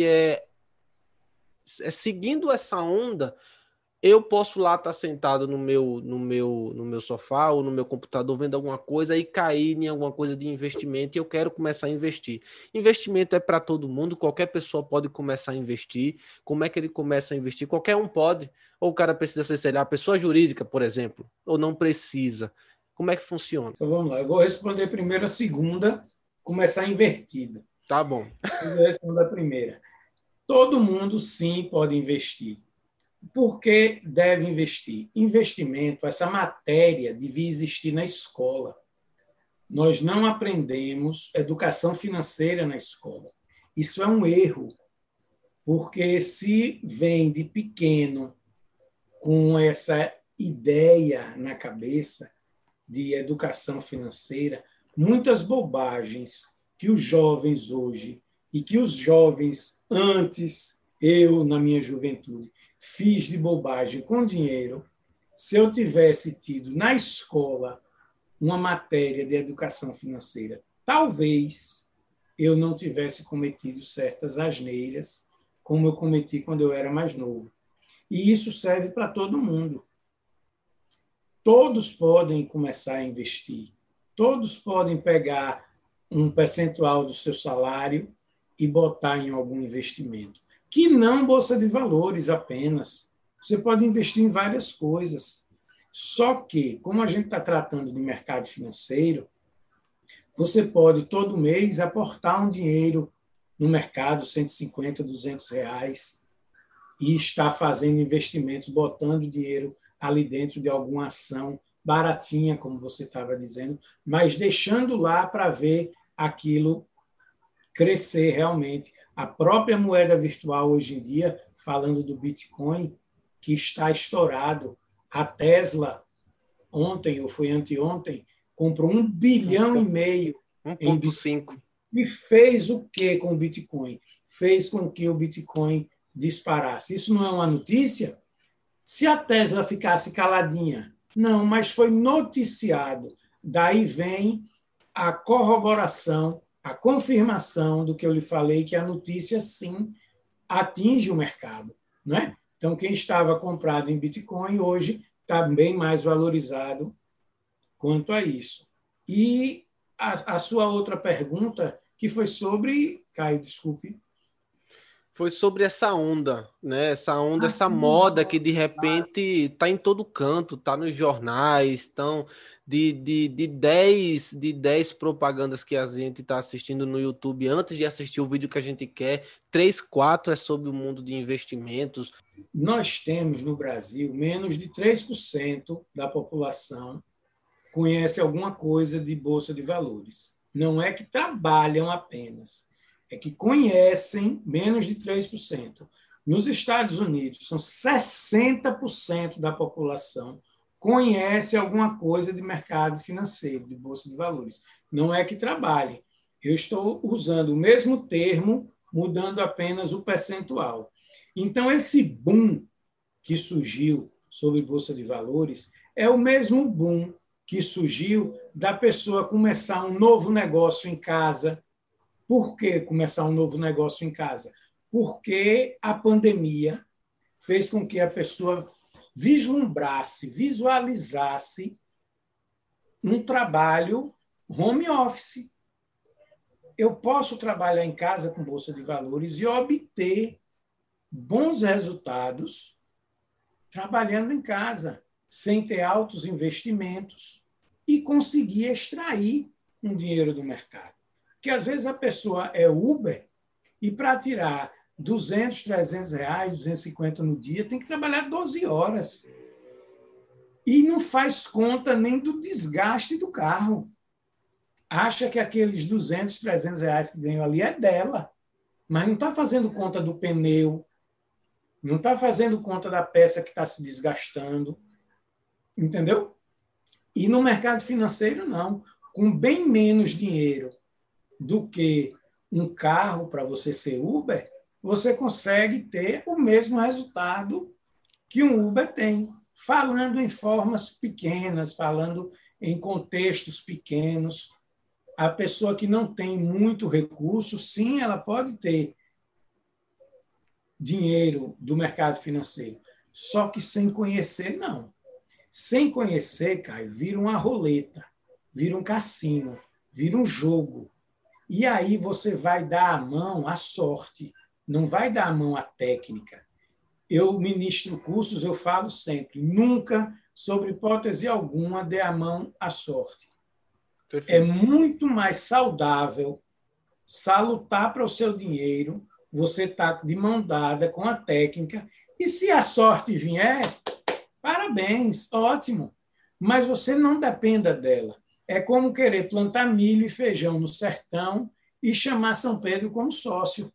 seguindo essa onda, eu posso lá estar sentado no meu sofá ou no meu computador vendo alguma coisa e cair em alguma coisa de investimento e eu quero começar a investir. Investimento é para todo mundo, qualquer pessoa pode começar a investir. Como é que ele começa a investir? Qualquer um pode. Ou o cara precisa ser, sei lá, pessoa jurídica, por exemplo, ou não precisa. Como é que funciona? Então vamos lá, eu vou responder primeiro a segunda, começar invertida. Tá bom. Eu vou responder a primeira. Todo mundo, sim, pode investir. Por que deve investir? Investimento, essa matéria devia existir na escola. Nós não aprendemos educação financeira na escola. Isso é um erro, porque se vem de pequeno com essa ideia na cabeça de educação financeira, muitas bobagens que os jovens hoje e que os jovens antes, eu na minha juventude, fiz de bobagem com dinheiro, se eu tivesse tido na escola uma matéria de educação financeira, talvez eu não tivesse cometido certas asneiras como eu cometi quando eu era mais novo. E isso serve para todo mundo. Todos podem começar a investir. Todos podem pegar um percentual do seu salário e botar em algum investimento. Que não bolsa de valores apenas. Você pode investir em várias coisas. Só que, como a gente está tratando de mercado financeiro, você pode todo mês aportar um dinheiro no mercado, 150, R$ 200, e estar fazendo investimentos, botando dinheiro ali dentro de alguma ação baratinha, como você estava dizendo, mas deixando lá para ver aquilo crescer realmente. A própria moeda virtual hoje em dia, falando do Bitcoin, que está estourado. A Tesla, ontem ou foi anteontem, comprou 1,5 bilhão em Bitcoin. 1,5. E fez o que com o Bitcoin? Fez com que o Bitcoin disparasse. Isso não é uma notícia? Se a Tesla ficasse caladinha, não, mas foi noticiado. Daí vem a corroboração, a confirmação do que eu lhe falei, que a notícia, sim, atinge o mercado. Não é? Então, quem estava comprado em Bitcoin, hoje está bem mais valorizado quanto a isso. E a sua outra pergunta, que foi sobre... Caio, desculpe. Foi sobre essa onda, né? Essa onda, essa moda que de repente está em todo canto, está nos jornais, estão de 10 propagandas que a gente está assistindo no YouTube, antes de assistir o vídeo que a gente quer, 3, 4 é sobre o mundo de investimentos. Nós temos no Brasil menos de 3% da população conhece alguma coisa de Bolsa de Valores. Não é que trabalham apenas, é que conhecem menos de 3%. Nos Estados Unidos, são 60% da população conhece alguma coisa de mercado financeiro, de Bolsa de Valores. Não é que trabalhem. Eu estou usando o mesmo termo, mudando apenas o percentual. Então, esse boom que surgiu sobre Bolsa de Valores é o mesmo boom que surgiu da pessoa começar um novo negócio em casa. Por que começar um novo negócio em casa? Porque a pandemia fez com que a pessoa vislumbrasse, visualizasse um trabalho home office. Eu posso trabalhar em casa com Bolsa de Valores e obter bons resultados trabalhando em casa, sem ter altos investimentos e conseguir extrair um dinheiro do mercado. Porque, às vezes, a pessoa é Uber e, para tirar 200, 300 reais, 250 no dia, tem que trabalhar 12 horas. E não faz conta nem do desgaste do carro. Acha que aqueles 200, 300 reais que ganhou ali é dela, mas não está fazendo conta do pneu, não está fazendo conta da peça que está se desgastando. Entendeu? E no mercado financeiro, não. Com bem menos dinheiro do que um carro para você ser Uber, você consegue ter o mesmo resultado que um Uber tem, falando em formas pequenas, falando em contextos pequenos. A pessoa que não tem muito recurso, sim, ela pode ter dinheiro do mercado financeiro, só que sem conhecer, não. Sem conhecer, Caio, vira uma roleta, vira um cassino, vira um jogo. E aí você vai dar a mão à sorte, não vai dar a mão à técnica. Eu ministro cursos, eu falo sempre, nunca, sob hipótese alguma, dê a mão à sorte. Perfeito. É muito mais saudável, salutar para o seu dinheiro, você está de mão dada com a técnica, e se a sorte vier, parabéns, ótimo. Mas você não dependa dela. É como querer plantar milho e feijão no sertão e chamar São Pedro como sócio.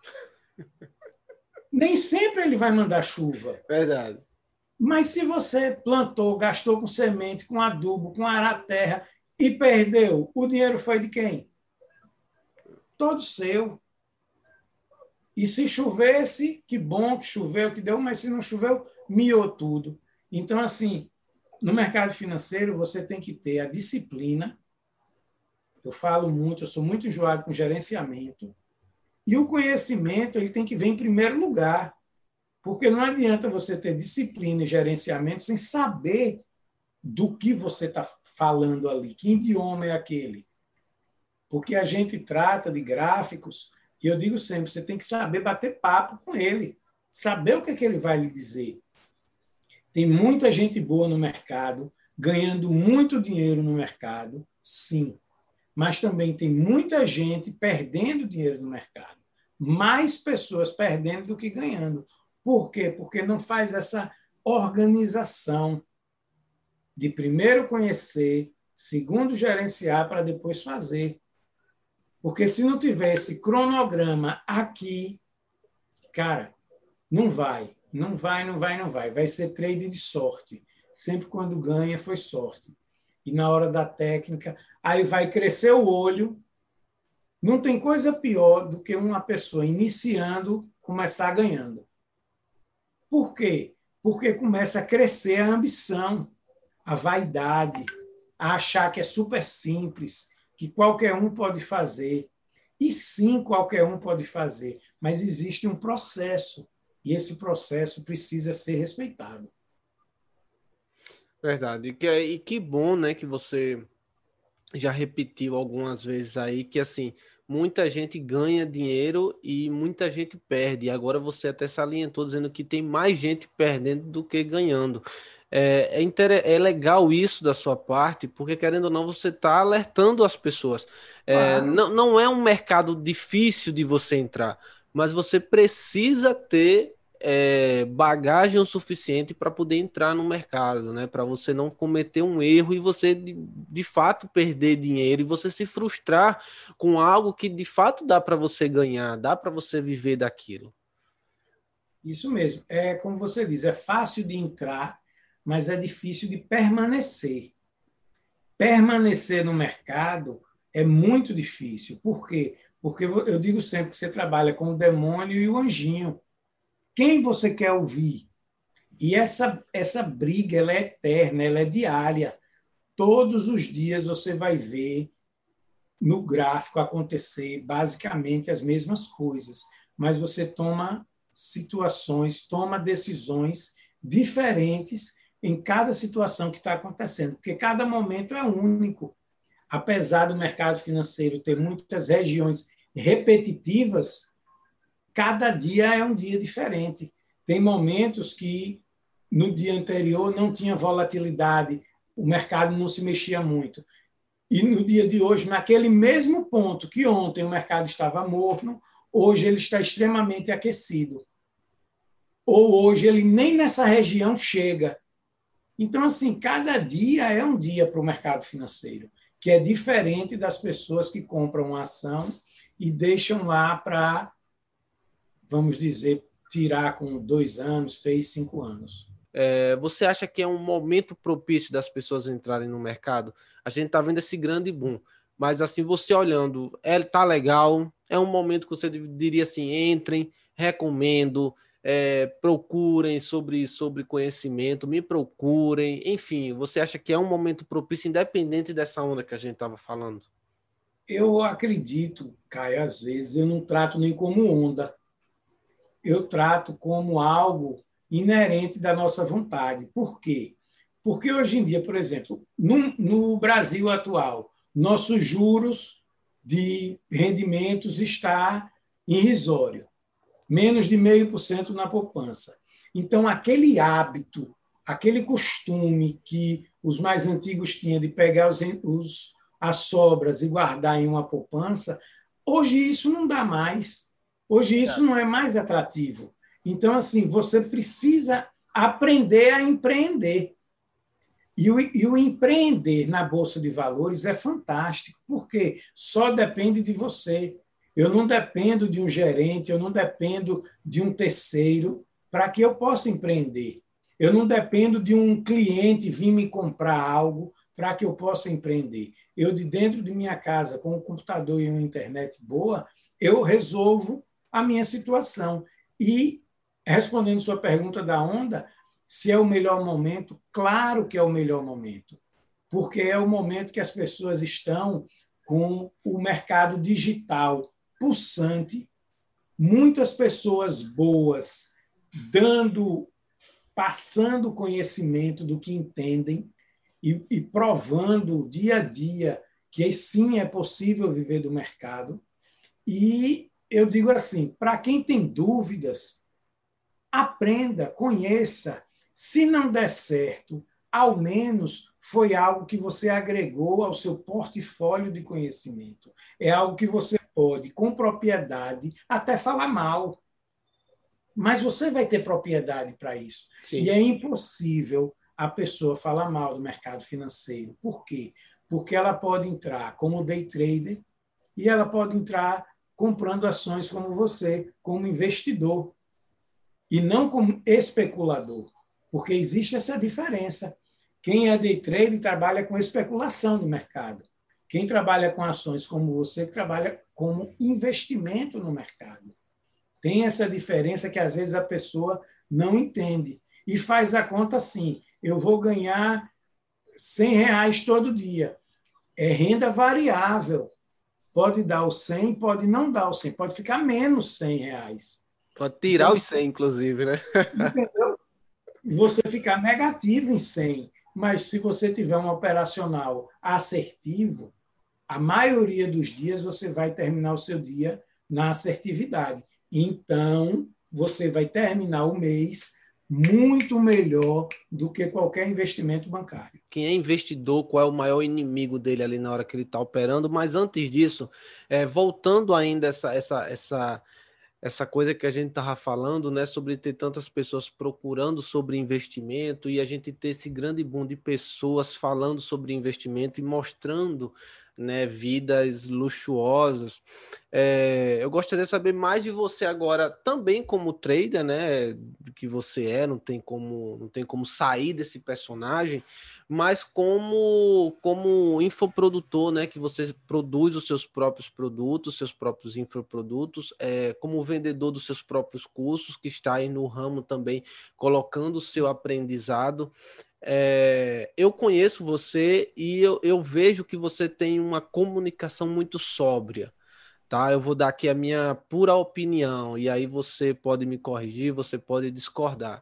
Nem sempre ele vai mandar chuva. Verdade. Mas se você plantou, gastou com semente, com adubo, com arar-terra e perdeu, o dinheiro foi de quem? Todo seu. E se chovesse, que bom que choveu, que deu, mas se não choveu, miou tudo. Então, assim, no mercado financeiro, você tem que ter a disciplina. Eu falo muito, eu sou muito enjoado com gerenciamento. E o conhecimento ele tem que vir em primeiro lugar. Porque não adianta você ter disciplina e gerenciamento sem saber do que você está falando ali, que idioma é aquele. Porque a gente trata de gráficos, e eu digo sempre, você tem que saber bater papo com ele, saber o que é que ele vai lhe dizer. Tem muita gente boa no mercado, ganhando muito dinheiro no mercado, sim. Mas também tem muita gente perdendo dinheiro no mercado. Mais pessoas perdendo do que ganhando. Por quê? Porque não faz essa organização de primeiro conhecer, segundo gerenciar, para depois fazer. Porque se não tiver esse cronograma aqui, cara, não vai. Não vai, não vai, não vai. Vai ser trade de sorte. Sempre quando ganha foi sorte. E na hora da técnica, aí vai crescer o olho. Não tem coisa pior do que uma pessoa iniciando começar ganhando. Por quê? Porque começa a crescer a ambição, a vaidade, a achar que é super simples, que qualquer um pode fazer. E sim, qualquer um pode fazer, mas existe um processo, e esse processo precisa ser respeitado. Verdade. E que bom, né, que você já repetiu algumas vezes aí que assim, muita gente ganha dinheiro e muita gente perde. E agora você até salientou dizendo que tem mais gente perdendo do que ganhando. É legal isso da sua parte, porque querendo ou não, você está alertando as pessoas. Claro. Não é um mercado difícil de você entrar, mas você precisa ter bagagem o suficiente para poder entrar no mercado, né? Para você não cometer um erro e você de fato perder dinheiro e você se frustrar com algo que de fato dá para você ganhar, dá para você viver daquilo. Isso mesmo. É como você diz, é fácil de entrar, mas é difícil de permanecer. Permanecer no mercado é muito difícil. Por quê? Porque eu digo sempre que você trabalha com o demônio e o anjinho. Quem você quer ouvir? E essa briga ela é eterna, ela é diária. Todos os dias você vai ver no gráfico acontecer basicamente as mesmas coisas, mas você toma situações, toma decisões diferentes em cada situação que está acontecendo, porque cada momento é único. Apesar do mercado financeiro ter muitas regiões repetitivas, cada dia é um dia diferente. Tem momentos que no dia anterior não tinha volatilidade, o mercado não se mexia muito. E no dia de hoje, naquele mesmo ponto que ontem o mercado estava morno, hoje ele está extremamente aquecido. Ou hoje ele nem nessa região chega. Então, assim, cada dia é um dia para o mercado financeiro, que é diferente das pessoas que compram uma ação e deixam lá para, vamos dizer, tirar com 2 anos, 3, 5 anos. Você acha que é um momento propício das pessoas entrarem no mercado? A gente está vendo esse grande boom, mas assim, você olhando, tá legal, é um momento que você diria assim, entrem, recomendo, procurem sobre conhecimento, me procurem, enfim, você acha que é um momento propício, independente dessa onda que a gente estava falando? Eu acredito, Caio, às vezes eu não trato nem como onda, eu trato como algo inerente da nossa vontade. Por quê? Porque hoje em dia, por exemplo, no Brasil atual, nossos juros de rendimentos está irrisório, menos de 0,5% na poupança. Então, aquele hábito, aquele costume que os mais antigos tinham de pegar as sobras e guardar em uma poupança, hoje isso não dá mais. Hoje isso não é mais atrativo. Então, assim, você precisa aprender a empreender. E o empreender na Bolsa de Valores é fantástico, porque só depende de você. Eu não dependo de um gerente, eu não dependo de um terceiro para que eu possa empreender. Eu não dependo de um cliente vir me comprar algo para que eu possa empreender. Eu, de dentro de minha casa, com um computador e uma internet boa, eu resolvo a minha situação. E, respondendo sua pergunta da onda, se é o melhor momento, claro que é o melhor momento, porque é o momento que as pessoas estão com o mercado digital pulsante, muitas pessoas boas passando conhecimento do que entendem e provando dia a dia que sim é possível viver do mercado. E eu digo assim, para quem tem dúvidas, aprenda, conheça. Se não der certo, ao menos foi algo que você agregou ao seu portfólio de conhecimento. É algo que você pode, com propriedade, até falar mal. Mas você vai ter propriedade para isso. Sim. E é impossível a pessoa falar mal do mercado financeiro. Por quê? Porque ela pode entrar como day trader, e ela pode entrar comprando ações como você, como investidor, e não como especulador, porque existe essa diferença. Quem é day trade trabalha com especulação de mercado. Quem trabalha com ações como você, trabalha como investimento no mercado. Tem essa diferença que às vezes a pessoa não entende e faz a conta assim: eu vou ganhar R$ 100 todo dia. É renda variável. Pode dar os 100, pode não dar os 100, pode ficar menos R$ 100. Pode tirar Então, os 100, inclusive, né? entendeu? Você ficar negativo em 100, mas se você tiver um operacional assertivo, a maioria dos dias você vai terminar o seu dia na assertividade. Então, você vai terminar o mês muito melhor do que qualquer investimento bancário. Quem é investidor, qual é o maior inimigo dele ali na hora que ele está operando? Mas antes disso, voltando ainda essa coisa que a gente estava falando, né, sobre ter tantas pessoas procurando sobre investimento e a gente ter esse grande boom de pessoas falando sobre investimento e mostrando, né, vidas luxuosas. Eu gostaria de saber mais de você agora, também como trader, né, que você não tem como sair desse personagem, mas como infoprodutor, né, que você produz os seus próprios produtos, seus próprios infoprodutos, como vendedor dos seus próprios cursos, que está aí no ramo também colocando o seu aprendizado. Eu conheço você e eu vejo que você tem uma comunicação muito sóbria, tá? Eu vou dar aqui a minha pura opinião e aí você pode me corrigir, você pode discordar.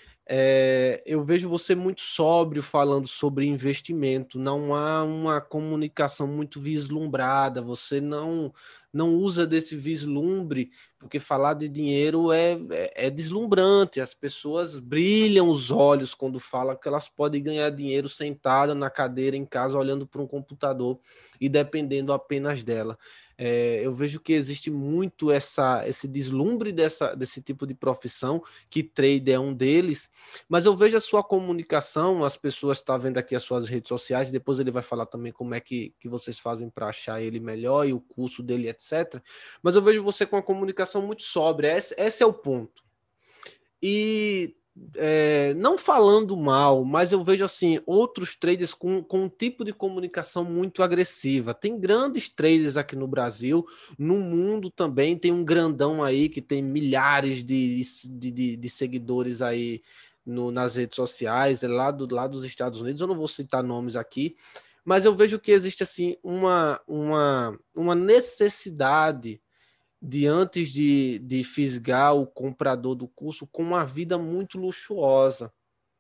Eu vejo você muito sóbrio falando sobre investimento, não há uma comunicação muito vislumbrada, você não usa desse vislumbre, porque falar de dinheiro é deslumbrante, as pessoas brilham os olhos quando falam que elas podem ganhar dinheiro sentada na cadeira em casa, olhando para um computador e dependendo apenas dela. Eu vejo que existe muito esse deslumbre desse tipo de profissão, que trader é um deles, mas eu vejo a sua comunicação, as pessoas estão vendo aqui as suas redes sociais, depois ele vai falar também como é que vocês fazem para achar ele melhor e o curso dele, etc. Mas eu vejo você com uma comunicação muito sóbria, esse é o ponto. E não falando mal, mas eu vejo assim outros traders com um tipo de comunicação muito agressiva. Tem grandes traders aqui no Brasil, no mundo também tem um grandão aí que tem milhares de seguidores aí nas redes sociais, lá dos Estados Unidos. Eu não vou citar nomes aqui, mas eu vejo que existe assim uma necessidade de antes de fisgar o comprador do curso com uma vida muito luxuosa.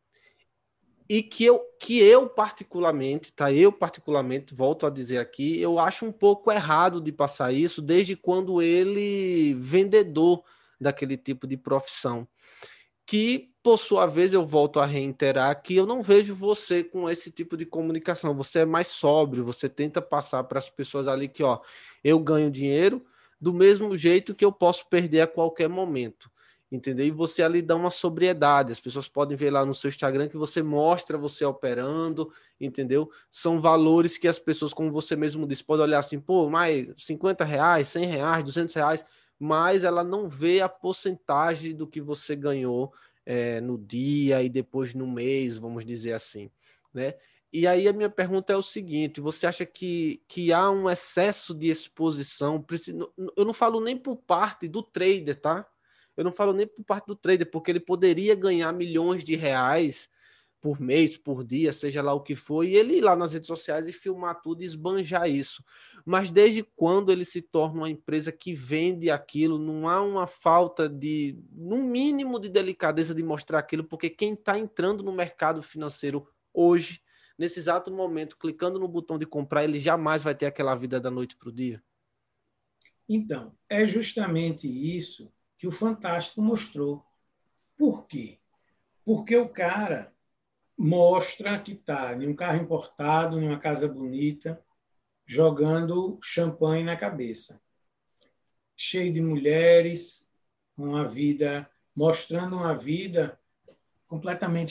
E que eu particularmente, tá? Eu particularmente, volto a dizer aqui, eu acho um pouco errado de passar isso desde quando ele vendedor daquele tipo de profissão. Que, por sua vez, eu volto a reiterar que eu não vejo você com esse tipo de comunicação. Você é mais sóbrio, você tenta passar para as pessoas ali que, ó, eu ganho dinheiro do mesmo jeito que eu posso perder a qualquer momento, entendeu? E você ali dá uma sobriedade. As pessoas podem ver lá no seu Instagram que você mostra você operando, entendeu? São valores que as pessoas, como você mesmo disse, podem olhar assim, pô, mais R$ 50, R$ 100, R$ 200, mas ela não vê a porcentagem do que você ganhou no dia e depois no mês, vamos dizer assim, né? E aí a minha pergunta é o seguinte: você acha que há um excesso de exposição? Eu não falo nem por parte do trader, tá? Eu não falo nem por parte do trader, porque ele poderia ganhar milhões de reais por mês, por dia, seja lá o que for, e ele ir lá nas redes sociais e filmar tudo e esbanjar isso. Mas desde quando ele se torna uma empresa que vende aquilo, não há uma falta no mínimo, de delicadeza de mostrar aquilo, porque quem está entrando no mercado financeiro hoje, nesse exato momento, clicando no botão de comprar, ele jamais vai ter aquela vida da noite para o dia. Então, é justamente isso que o Fantástico mostrou. Por quê? Porque o cara mostra que está em um carro importado, numa casa bonita, jogando champanhe na cabeça. Cheio de mulheres, uma vida, mostrando uma vida completamente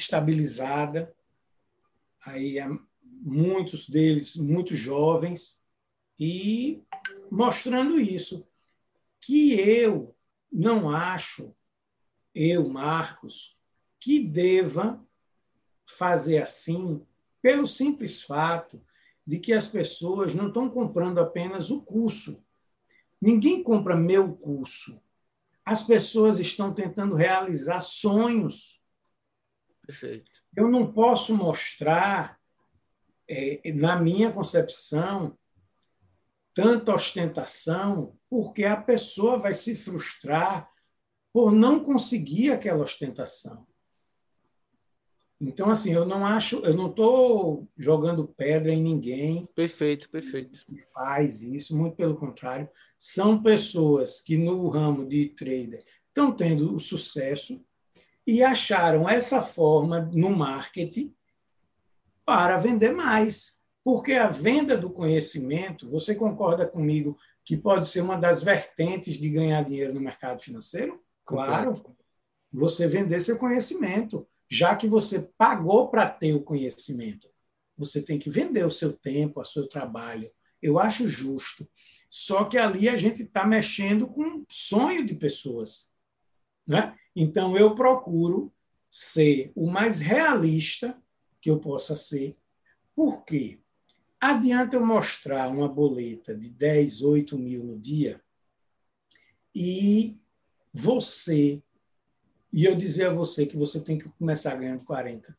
estabilizada. Aí muitos deles muito jovens, e mostrando isso, que eu não acho, eu, Marcos, que deva fazer assim pelo simples fato de que as pessoas não estão comprando apenas o curso. Ninguém compra meu curso. As pessoas estão tentando realizar sonhos. Perfeito. Eu não posso mostrar, na minha concepção, tanta ostentação, porque a pessoa vai se frustrar por não conseguir aquela ostentação. Então, assim, eu não estou jogando pedra em ninguém. Perfeito, perfeito. Que faz isso, muito pelo contrário. São pessoas que no ramo de trader estão tendo o sucesso e acharam essa forma no marketing para vender mais. Porque a venda do conhecimento, você concorda comigo que pode ser uma das vertentes de ganhar dinheiro no mercado financeiro? Claro, você vender seu conhecimento, já que você pagou para ter o conhecimento. Você tem que vender o seu tempo, o seu trabalho. Eu acho justo. Só que ali a gente está mexendo com um sonho de pessoas. Né? Então, eu procuro ser o mais realista que eu possa ser. Por quê? Adianta eu mostrar uma boleta de 10, 8 mil no dia e eu dizer a você que você tem que começar ganhando 40.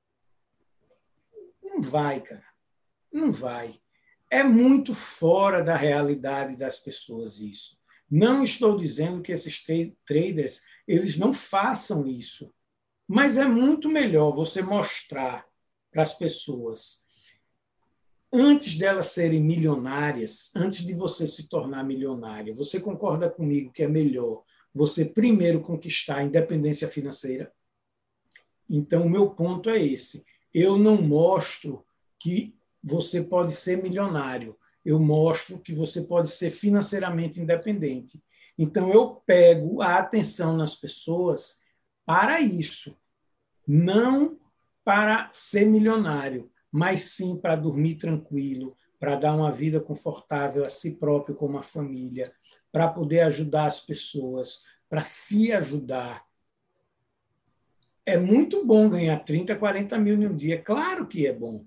Não vai, cara. Não vai. É muito fora da realidade das pessoas isso. Não estou dizendo que esses traders eles não façam isso, mas é muito melhor você mostrar para as pessoas, antes delas serem milionárias, antes de você se tornar milionária. Você concorda comigo que é melhor você primeiro conquistar a independência financeira? Então, o meu ponto é esse. Eu não mostro que você pode ser milionário. Eu mostro que você pode ser financeiramente independente. Então, eu pego a atenção nas pessoas para isso. Não para ser milionário, mas sim para dormir tranquilo, para dar uma vida confortável a si próprio como a família, para poder ajudar as pessoas, para se ajudar. É muito bom ganhar 30, 40 mil em um dia. Claro que é bom.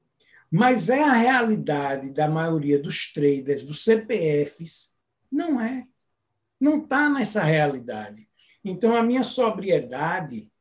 Mas é a realidade da maioria dos traders, dos CPFs, não é. Não está nessa realidade. Então, a minha sobriedade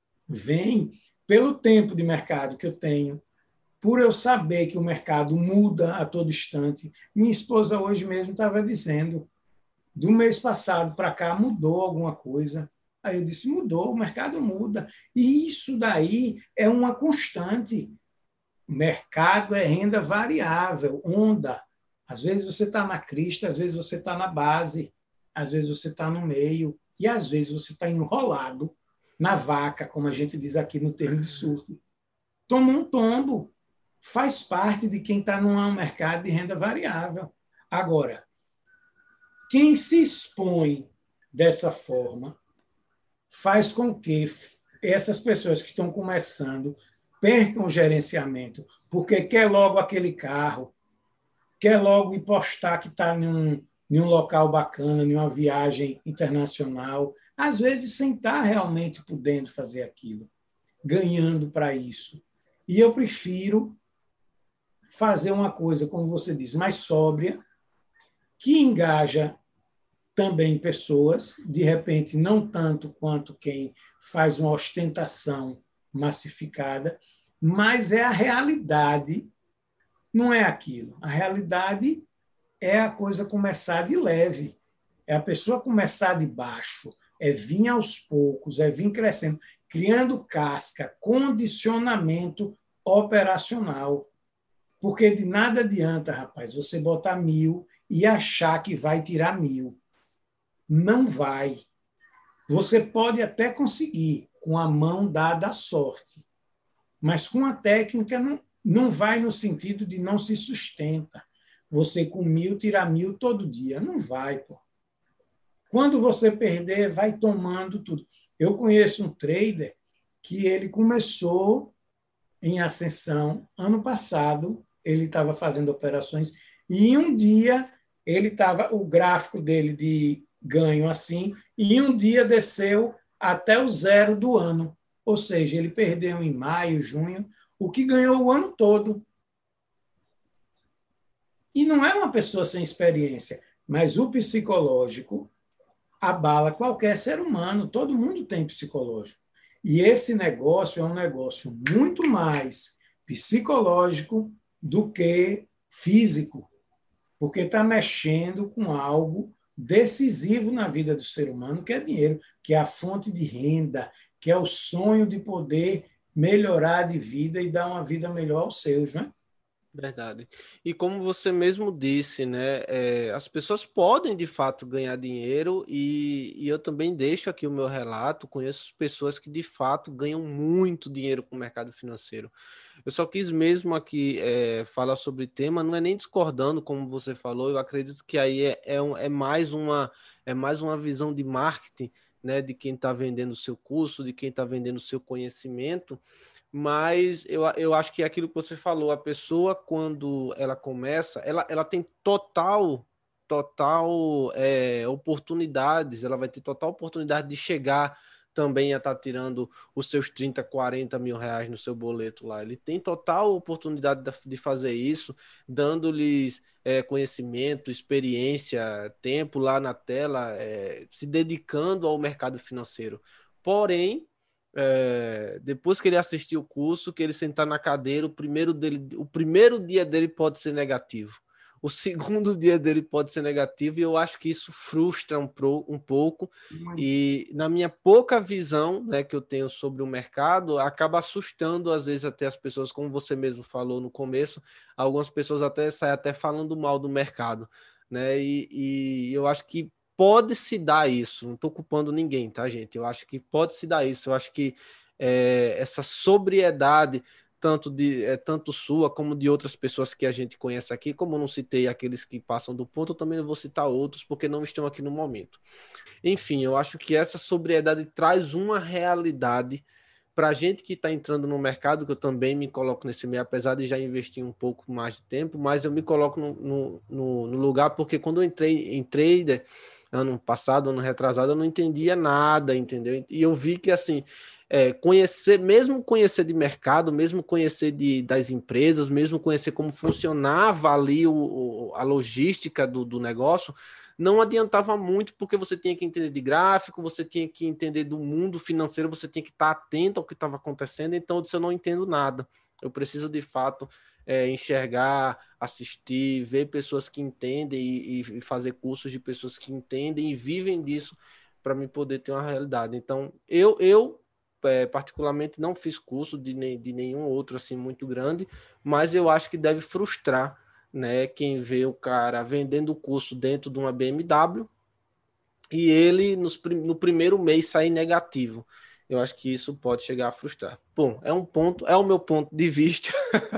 vem pelo tempo de mercado que eu tenho, por eu saber que o mercado muda a todo instante. Minha esposa hoje mesmo estava dizendo, do mês passado para cá mudou alguma coisa. Aí eu disse, mudou, o mercado muda. E isso daí é uma constante. O mercado é renda variável, onda. Às vezes você está na crista, às vezes você está na base, às vezes você está no meio, e às vezes você está enrolado na vaca, como a gente diz aqui no termo de surf. Toma um tombo. Faz parte de quem está num mercado de renda variável. Agora, quem se expõe dessa forma faz com que essas pessoas que estão começando percam o gerenciamento, porque quer logo aquele carro, quer logo ir postar que está em um local bacana, em uma viagem internacional, às vezes sem estar realmente podendo fazer aquilo, ganhando para isso. E eu prefiro fazer uma coisa, como você diz, mais sóbria, que engaja também pessoas, de repente, não tanto quanto quem faz uma ostentação massificada, mas é a realidade, não é aquilo. A realidade é a coisa começar de leve, é a pessoa começar de baixo, é vir aos poucos, é vir crescendo, criando casca, condicionamento operacional. Porque de nada adianta, rapaz, você botar 1.000 e achar que vai tirar 1.000. Não vai. Você pode até conseguir com a mão dada à sorte, mas com a técnica não vai no sentido de não se sustenta. Você com 1.000 tirar 1.000 todo dia. Não vai, pô. Quando você perder, vai tomando tudo. Eu conheço um trader que ele começou em ascensão. Ano passado, ele estava fazendo operações E em um dia ele estava, o gráfico dele de ganho assim, e em um dia desceu até o zero do ano. Ou seja, ele perdeu em maio, junho, o que ganhou o ano todo. E não é uma pessoa sem experiência, mas o psicológico abala qualquer ser humano, todo mundo tem psicológico. E esse negócio é um negócio muito mais psicológico do que físico, porque está mexendo com algo decisivo na vida do ser humano, que é dinheiro, que é a fonte de renda, que é o sonho de poder melhorar de vida e dar uma vida melhor aos seus, né? Verdade. E como você mesmo disse, né, as pessoas podem de fato ganhar dinheiro e eu também deixo aqui o meu relato, conheço pessoas que de fato ganham muito dinheiro com o mercado financeiro. Eu só quis mesmo aqui falar sobre o tema, não é nem discordando, como você falou, eu acredito que aí é mais uma visão de marketing, né, de quem está vendendo o seu curso, de quem está vendendo o seu conhecimento, mas eu acho que é aquilo que você falou, a pessoa, quando ela começa, ela tem total oportunidades, ela vai ter total oportunidade de chegar também a estar tirando os seus 30, 40 mil reais no seu boleto lá. Ele tem total oportunidade de fazer isso, dando-lhes conhecimento, experiência, tempo lá na tela, se dedicando ao mercado financeiro. Porém, depois que ele assistir o curso, que ele sentar na cadeira, o primeiro dia dele pode ser negativo. O segundo dia dele pode ser negativo, e eu acho que isso frustra um pouco. E na minha pouca visão, né, que eu tenho sobre o mercado, acaba assustando às vezes até as pessoas, como você mesmo falou no começo, algumas pessoas até saem até falando mal do mercado, né? E eu acho que pode se dar isso, não estou culpando ninguém, tá, gente? Eu acho que pode se dar isso, eu acho que essa sobriedade, tanto sua como de outras pessoas que a gente conhece aqui, como eu não citei aqueles que passam do ponto, eu também não vou citar outros, porque não estão aqui no momento. Enfim, eu acho que essa sobriedade traz uma realidade para a gente que está entrando no mercado, que eu também me coloco nesse meio, apesar de já investir um pouco mais de tempo, mas eu me coloco no lugar, porque quando eu entrei em trader, ano passado, ano retrasado, eu não entendia nada, entendeu? E eu vi que, assim, mesmo conhecer de mercado, mesmo conhecer das empresas, mesmo conhecer como funcionava ali a logística do negócio, não adiantava muito, porque você tinha que entender de gráfico, você tinha que entender do mundo financeiro, você tinha que estar atento ao que estava acontecendo, então eu disse, eu não entendo nada. Eu preciso, de fato, enxergar, assistir, ver pessoas que entendem e fazer cursos de pessoas que entendem e vivem disso para me poder ter uma realidade. Então, eu particularmente não fiz curso de nenhum outro assim muito grande, mas eu acho que deve frustrar, né, quem vê o cara vendendo o curso dentro de uma BMW e ele no primeiro mês sair negativo. Eu acho que isso pode chegar a frustrar. Bom, é o meu ponto de vista.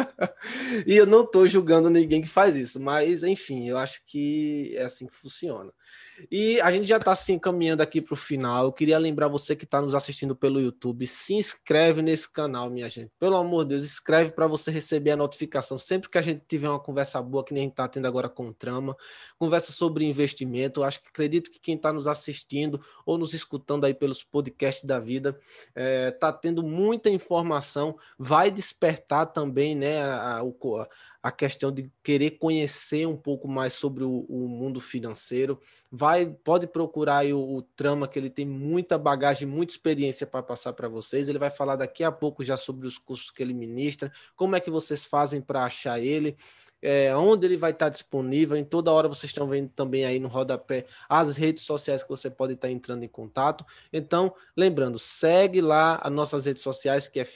E eu não estou julgando ninguém que faz isso, mas enfim, eu acho que é assim que funciona. E a gente já está se encaminhando aqui para o final. Eu queria lembrar você que está nos assistindo pelo YouTube, se inscreve nesse canal, minha gente. Pelo amor de Deus, inscreve para você receber a notificação sempre que a gente tiver uma conversa boa, que nem a gente está tendo agora com o Trama, conversa sobre investimento. Eu acho que acredito que quem está nos assistindo ou nos escutando aí pelos podcasts da vida está tendo muita informação, vai despertar também, né, a questão de querer conhecer um pouco mais sobre o mundo financeiro. Pode procurar aí o Trama, que ele tem muita bagagem, muita experiência para passar para vocês. Ele vai falar daqui a pouco já sobre os cursos que ele ministra, como é que vocês fazem para achar ele, onde ele vai estar disponível. Em toda hora vocês estão vendo também aí no rodapé as redes sociais que você pode estar entrando em contato. Então, lembrando, segue lá as nossas redes sociais, que é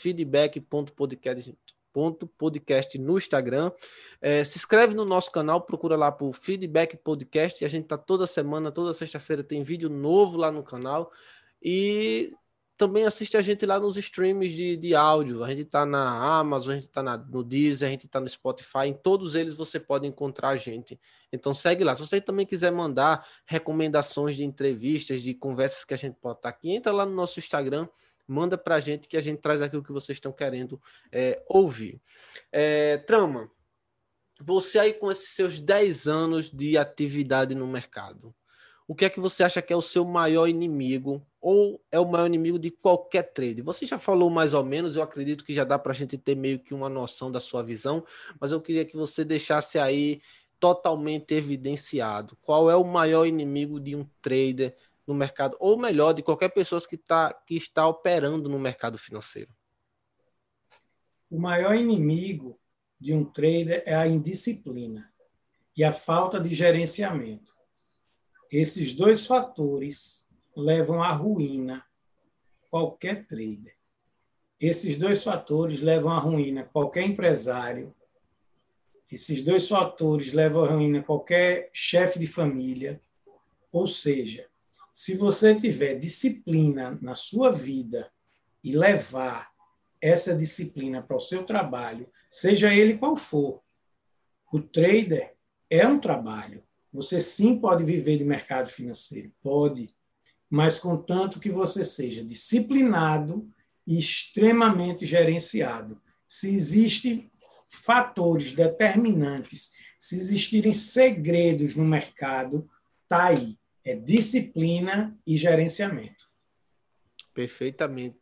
feedback.podcast no Instagram. Se inscreve no nosso canal, procura lá por Feedback Podcast. A gente tá toda semana, toda sexta-feira tem vídeo novo lá no canal. E também assiste a gente lá nos streams de áudio. A gente tá na Amazon, a gente tá no Deezer, a gente tá no Spotify. Em todos eles você pode encontrar a gente. Então segue lá. Se você também quiser mandar recomendações de entrevistas, de conversas que a gente pode estar aqui, entra lá no nosso Instagram, manda pra gente que a gente traz aqui o que vocês estão querendo ouvir. Trama, você aí com esses seus 10 anos de atividade no mercado, o que é que você acha que é o seu maior inimigo ou é o maior inimigo de qualquer trade? Você já falou mais ou menos, eu acredito que já dá para a gente ter meio que uma noção da sua visão, mas eu queria que você deixasse aí totalmente evidenciado qual é o maior inimigo de um trader no mercado, ou melhor, de qualquer pessoa que está operando no mercado financeiro. O maior inimigo de um trader é a indisciplina e a falta de gerenciamento. Esses dois fatores levam à ruína qualquer trader. Esses dois fatores levam à ruína qualquer empresário. Esses dois fatores levam à ruína qualquer chefe de família. Ou seja, se você tiver disciplina na sua vida e levar essa disciplina para o seu trabalho, seja ele qual for, o trader é um trabalho. Você sim pode viver de mercado financeiro, pode, mas contanto que você seja disciplinado e extremamente gerenciado. Se existem fatores determinantes, se existirem segredos no mercado, está aí. É disciplina e gerenciamento. Perfeitamente.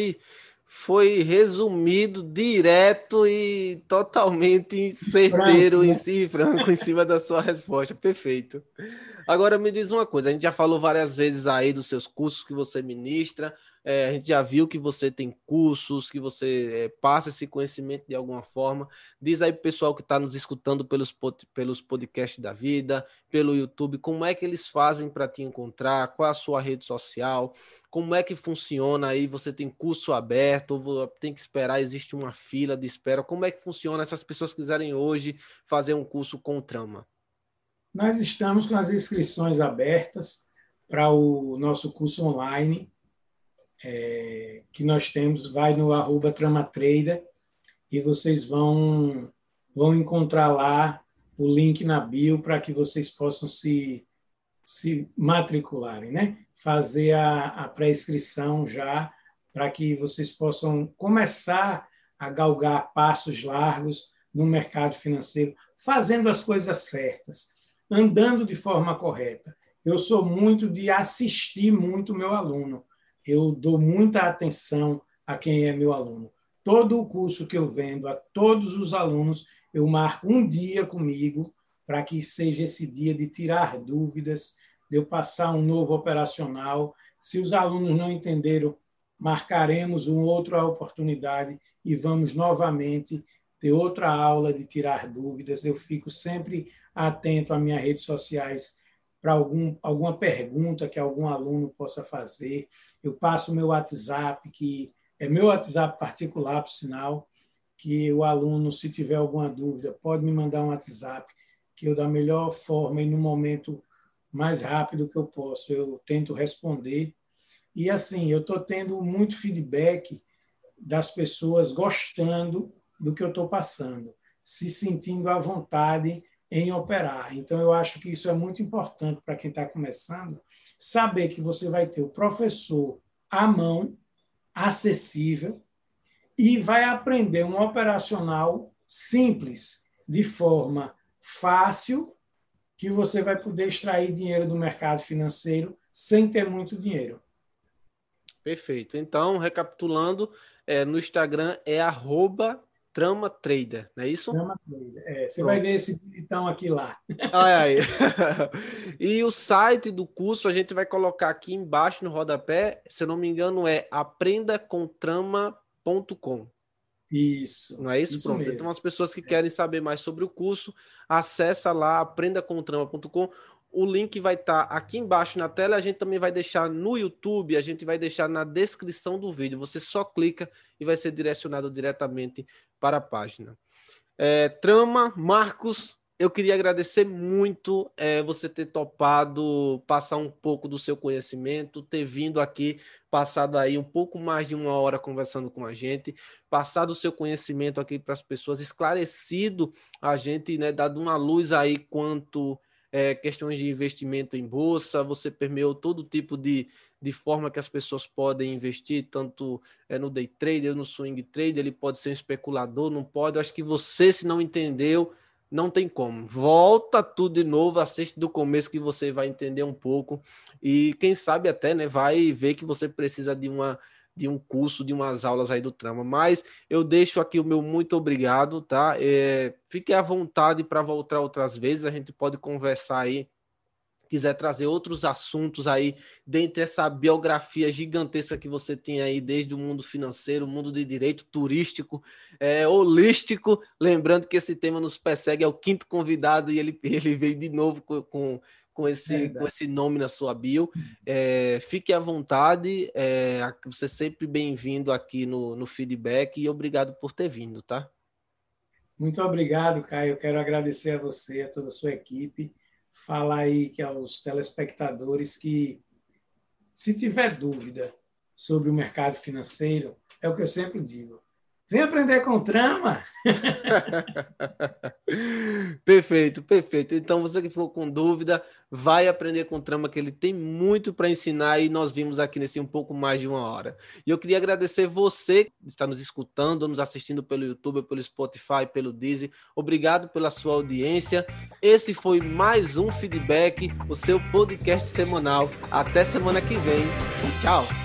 Foi resumido, direto e totalmente certeiro Franco, em né? si, franco, em cima da sua resposta. Perfeito. Agora me diz uma coisa, a gente já falou várias vezes aí dos seus cursos que você ministra, a gente já viu que você tem cursos, que você passa esse conhecimento de alguma forma. Diz aí pro pessoal que está nos escutando pelos podcasts da vida, pelo YouTube, como é que eles fazem para te encontrar, qual é a sua rede social, como é que funciona aí, você tem curso aberto, ou tem que esperar, existe uma fila de espera, como é que funciona se as pessoas quiserem hoje fazer um curso com o Trama? Nós estamos com as inscrições abertas para o nosso curso online, que nós temos, vai no @tramatrader e vocês vão encontrar lá o link na bio para que vocês possam se matricularem, né? Fazer a pré-inscrição já, para que vocês possam começar a galgar passos largos no mercado financeiro, fazendo as coisas certas, andando de forma correta. Eu sou muito de assistir muito o meu aluno. Eu dou muita atenção a quem é meu aluno. Todo o curso que eu vendo, a todos os alunos, eu marco um dia comigo para que seja esse dia de tirar dúvidas, de eu passar um novo operacional. Se os alunos não entenderam, marcaremos uma outra oportunidade e vamos novamente ter outra aula de tirar dúvidas. Eu fico sempre atento às minhas redes sociais para alguma pergunta que algum aluno possa fazer. Eu passo o meu WhatsApp, que é meu WhatsApp particular, por sinal, que o aluno, se tiver alguma dúvida, pode me mandar um WhatsApp, que eu, da melhor forma e no momento mais rápido que eu posso, eu tento responder. E, assim, eu estou tendo muito feedback das pessoas gostando do que eu estou passando, se sentindo à vontade em operar. Então, eu acho que isso é muito importante para quem está começando, saber que você vai ter o professor à mão, acessível, e vai aprender um operacional simples, de forma fácil, que você vai poder extrair dinheiro do mercado financeiro sem ter muito dinheiro. Perfeito. Então, recapitulando, no Instagram é @tramatrader, não é isso? Você vai Pronto. ver esse bilhetão aqui lá. Ai, ai. E o site do curso a gente vai colocar aqui embaixo no rodapé, se eu não me engano, é aprendacontrama.com. Isso, Não é isso? isso Pronto. Então, mesmo. as pessoas que querem saber mais sobre o curso, acessa lá aprendacontrama.com. O link vai estar aqui embaixo na tela. A gente também vai deixar no YouTube, a gente vai deixar na descrição do vídeo. Você só clica e vai ser direcionado diretamente para a página. Trama, Marcos, eu queria agradecer muito você ter topado passar um pouco do seu conhecimento, ter vindo aqui, passado aí um pouco mais de uma hora conversando com a gente, passado o seu conhecimento aqui para as pessoas, esclarecido a gente, né, dado uma luz aí quanto questões de investimento em bolsa, você permeou todo tipo de forma que as pessoas podem investir, tanto no day trader, no swing trader, ele pode ser um especulador, não pode. Eu acho que você, se não entendeu, não tem como. Volta tudo de novo, assiste do começo que você vai entender um pouco e quem sabe até, né, vai ver que você precisa de um curso, de umas aulas aí do Trama. Mas eu deixo aqui o meu muito obrigado, tá? Fique à vontade para voltar outras vezes, a gente pode conversar aí, quiser trazer outros assuntos aí, dentre essa biografia gigantesca que você tem aí, desde o mundo financeiro, o mundo de direito, turístico, holístico, lembrando que esse tema nos persegue, é o quinto convidado e ele veio de novo com esse nome na sua bio. Fique à vontade, você é sempre bem-vindo aqui no Feedback e obrigado por ter vindo, tá? Muito obrigado, Caio. Eu quero agradecer a você, a toda a sua equipe, falar aí que aos telespectadores que, se tiver dúvida sobre o mercado financeiro, é o que eu sempre digo. Vem aprender com o Trama! Perfeito, perfeito. Então, você que ficou com dúvida, vai aprender com o Trama, que ele tem muito para ensinar e nós vimos aqui nesse um pouco mais de 1 hora. E eu queria agradecer você que está nos escutando, nos assistindo pelo YouTube, pelo Spotify, pelo Deezer. Obrigado pela sua audiência. Esse foi mais um Feedback, o seu podcast semanal. Até semana que vem e tchau!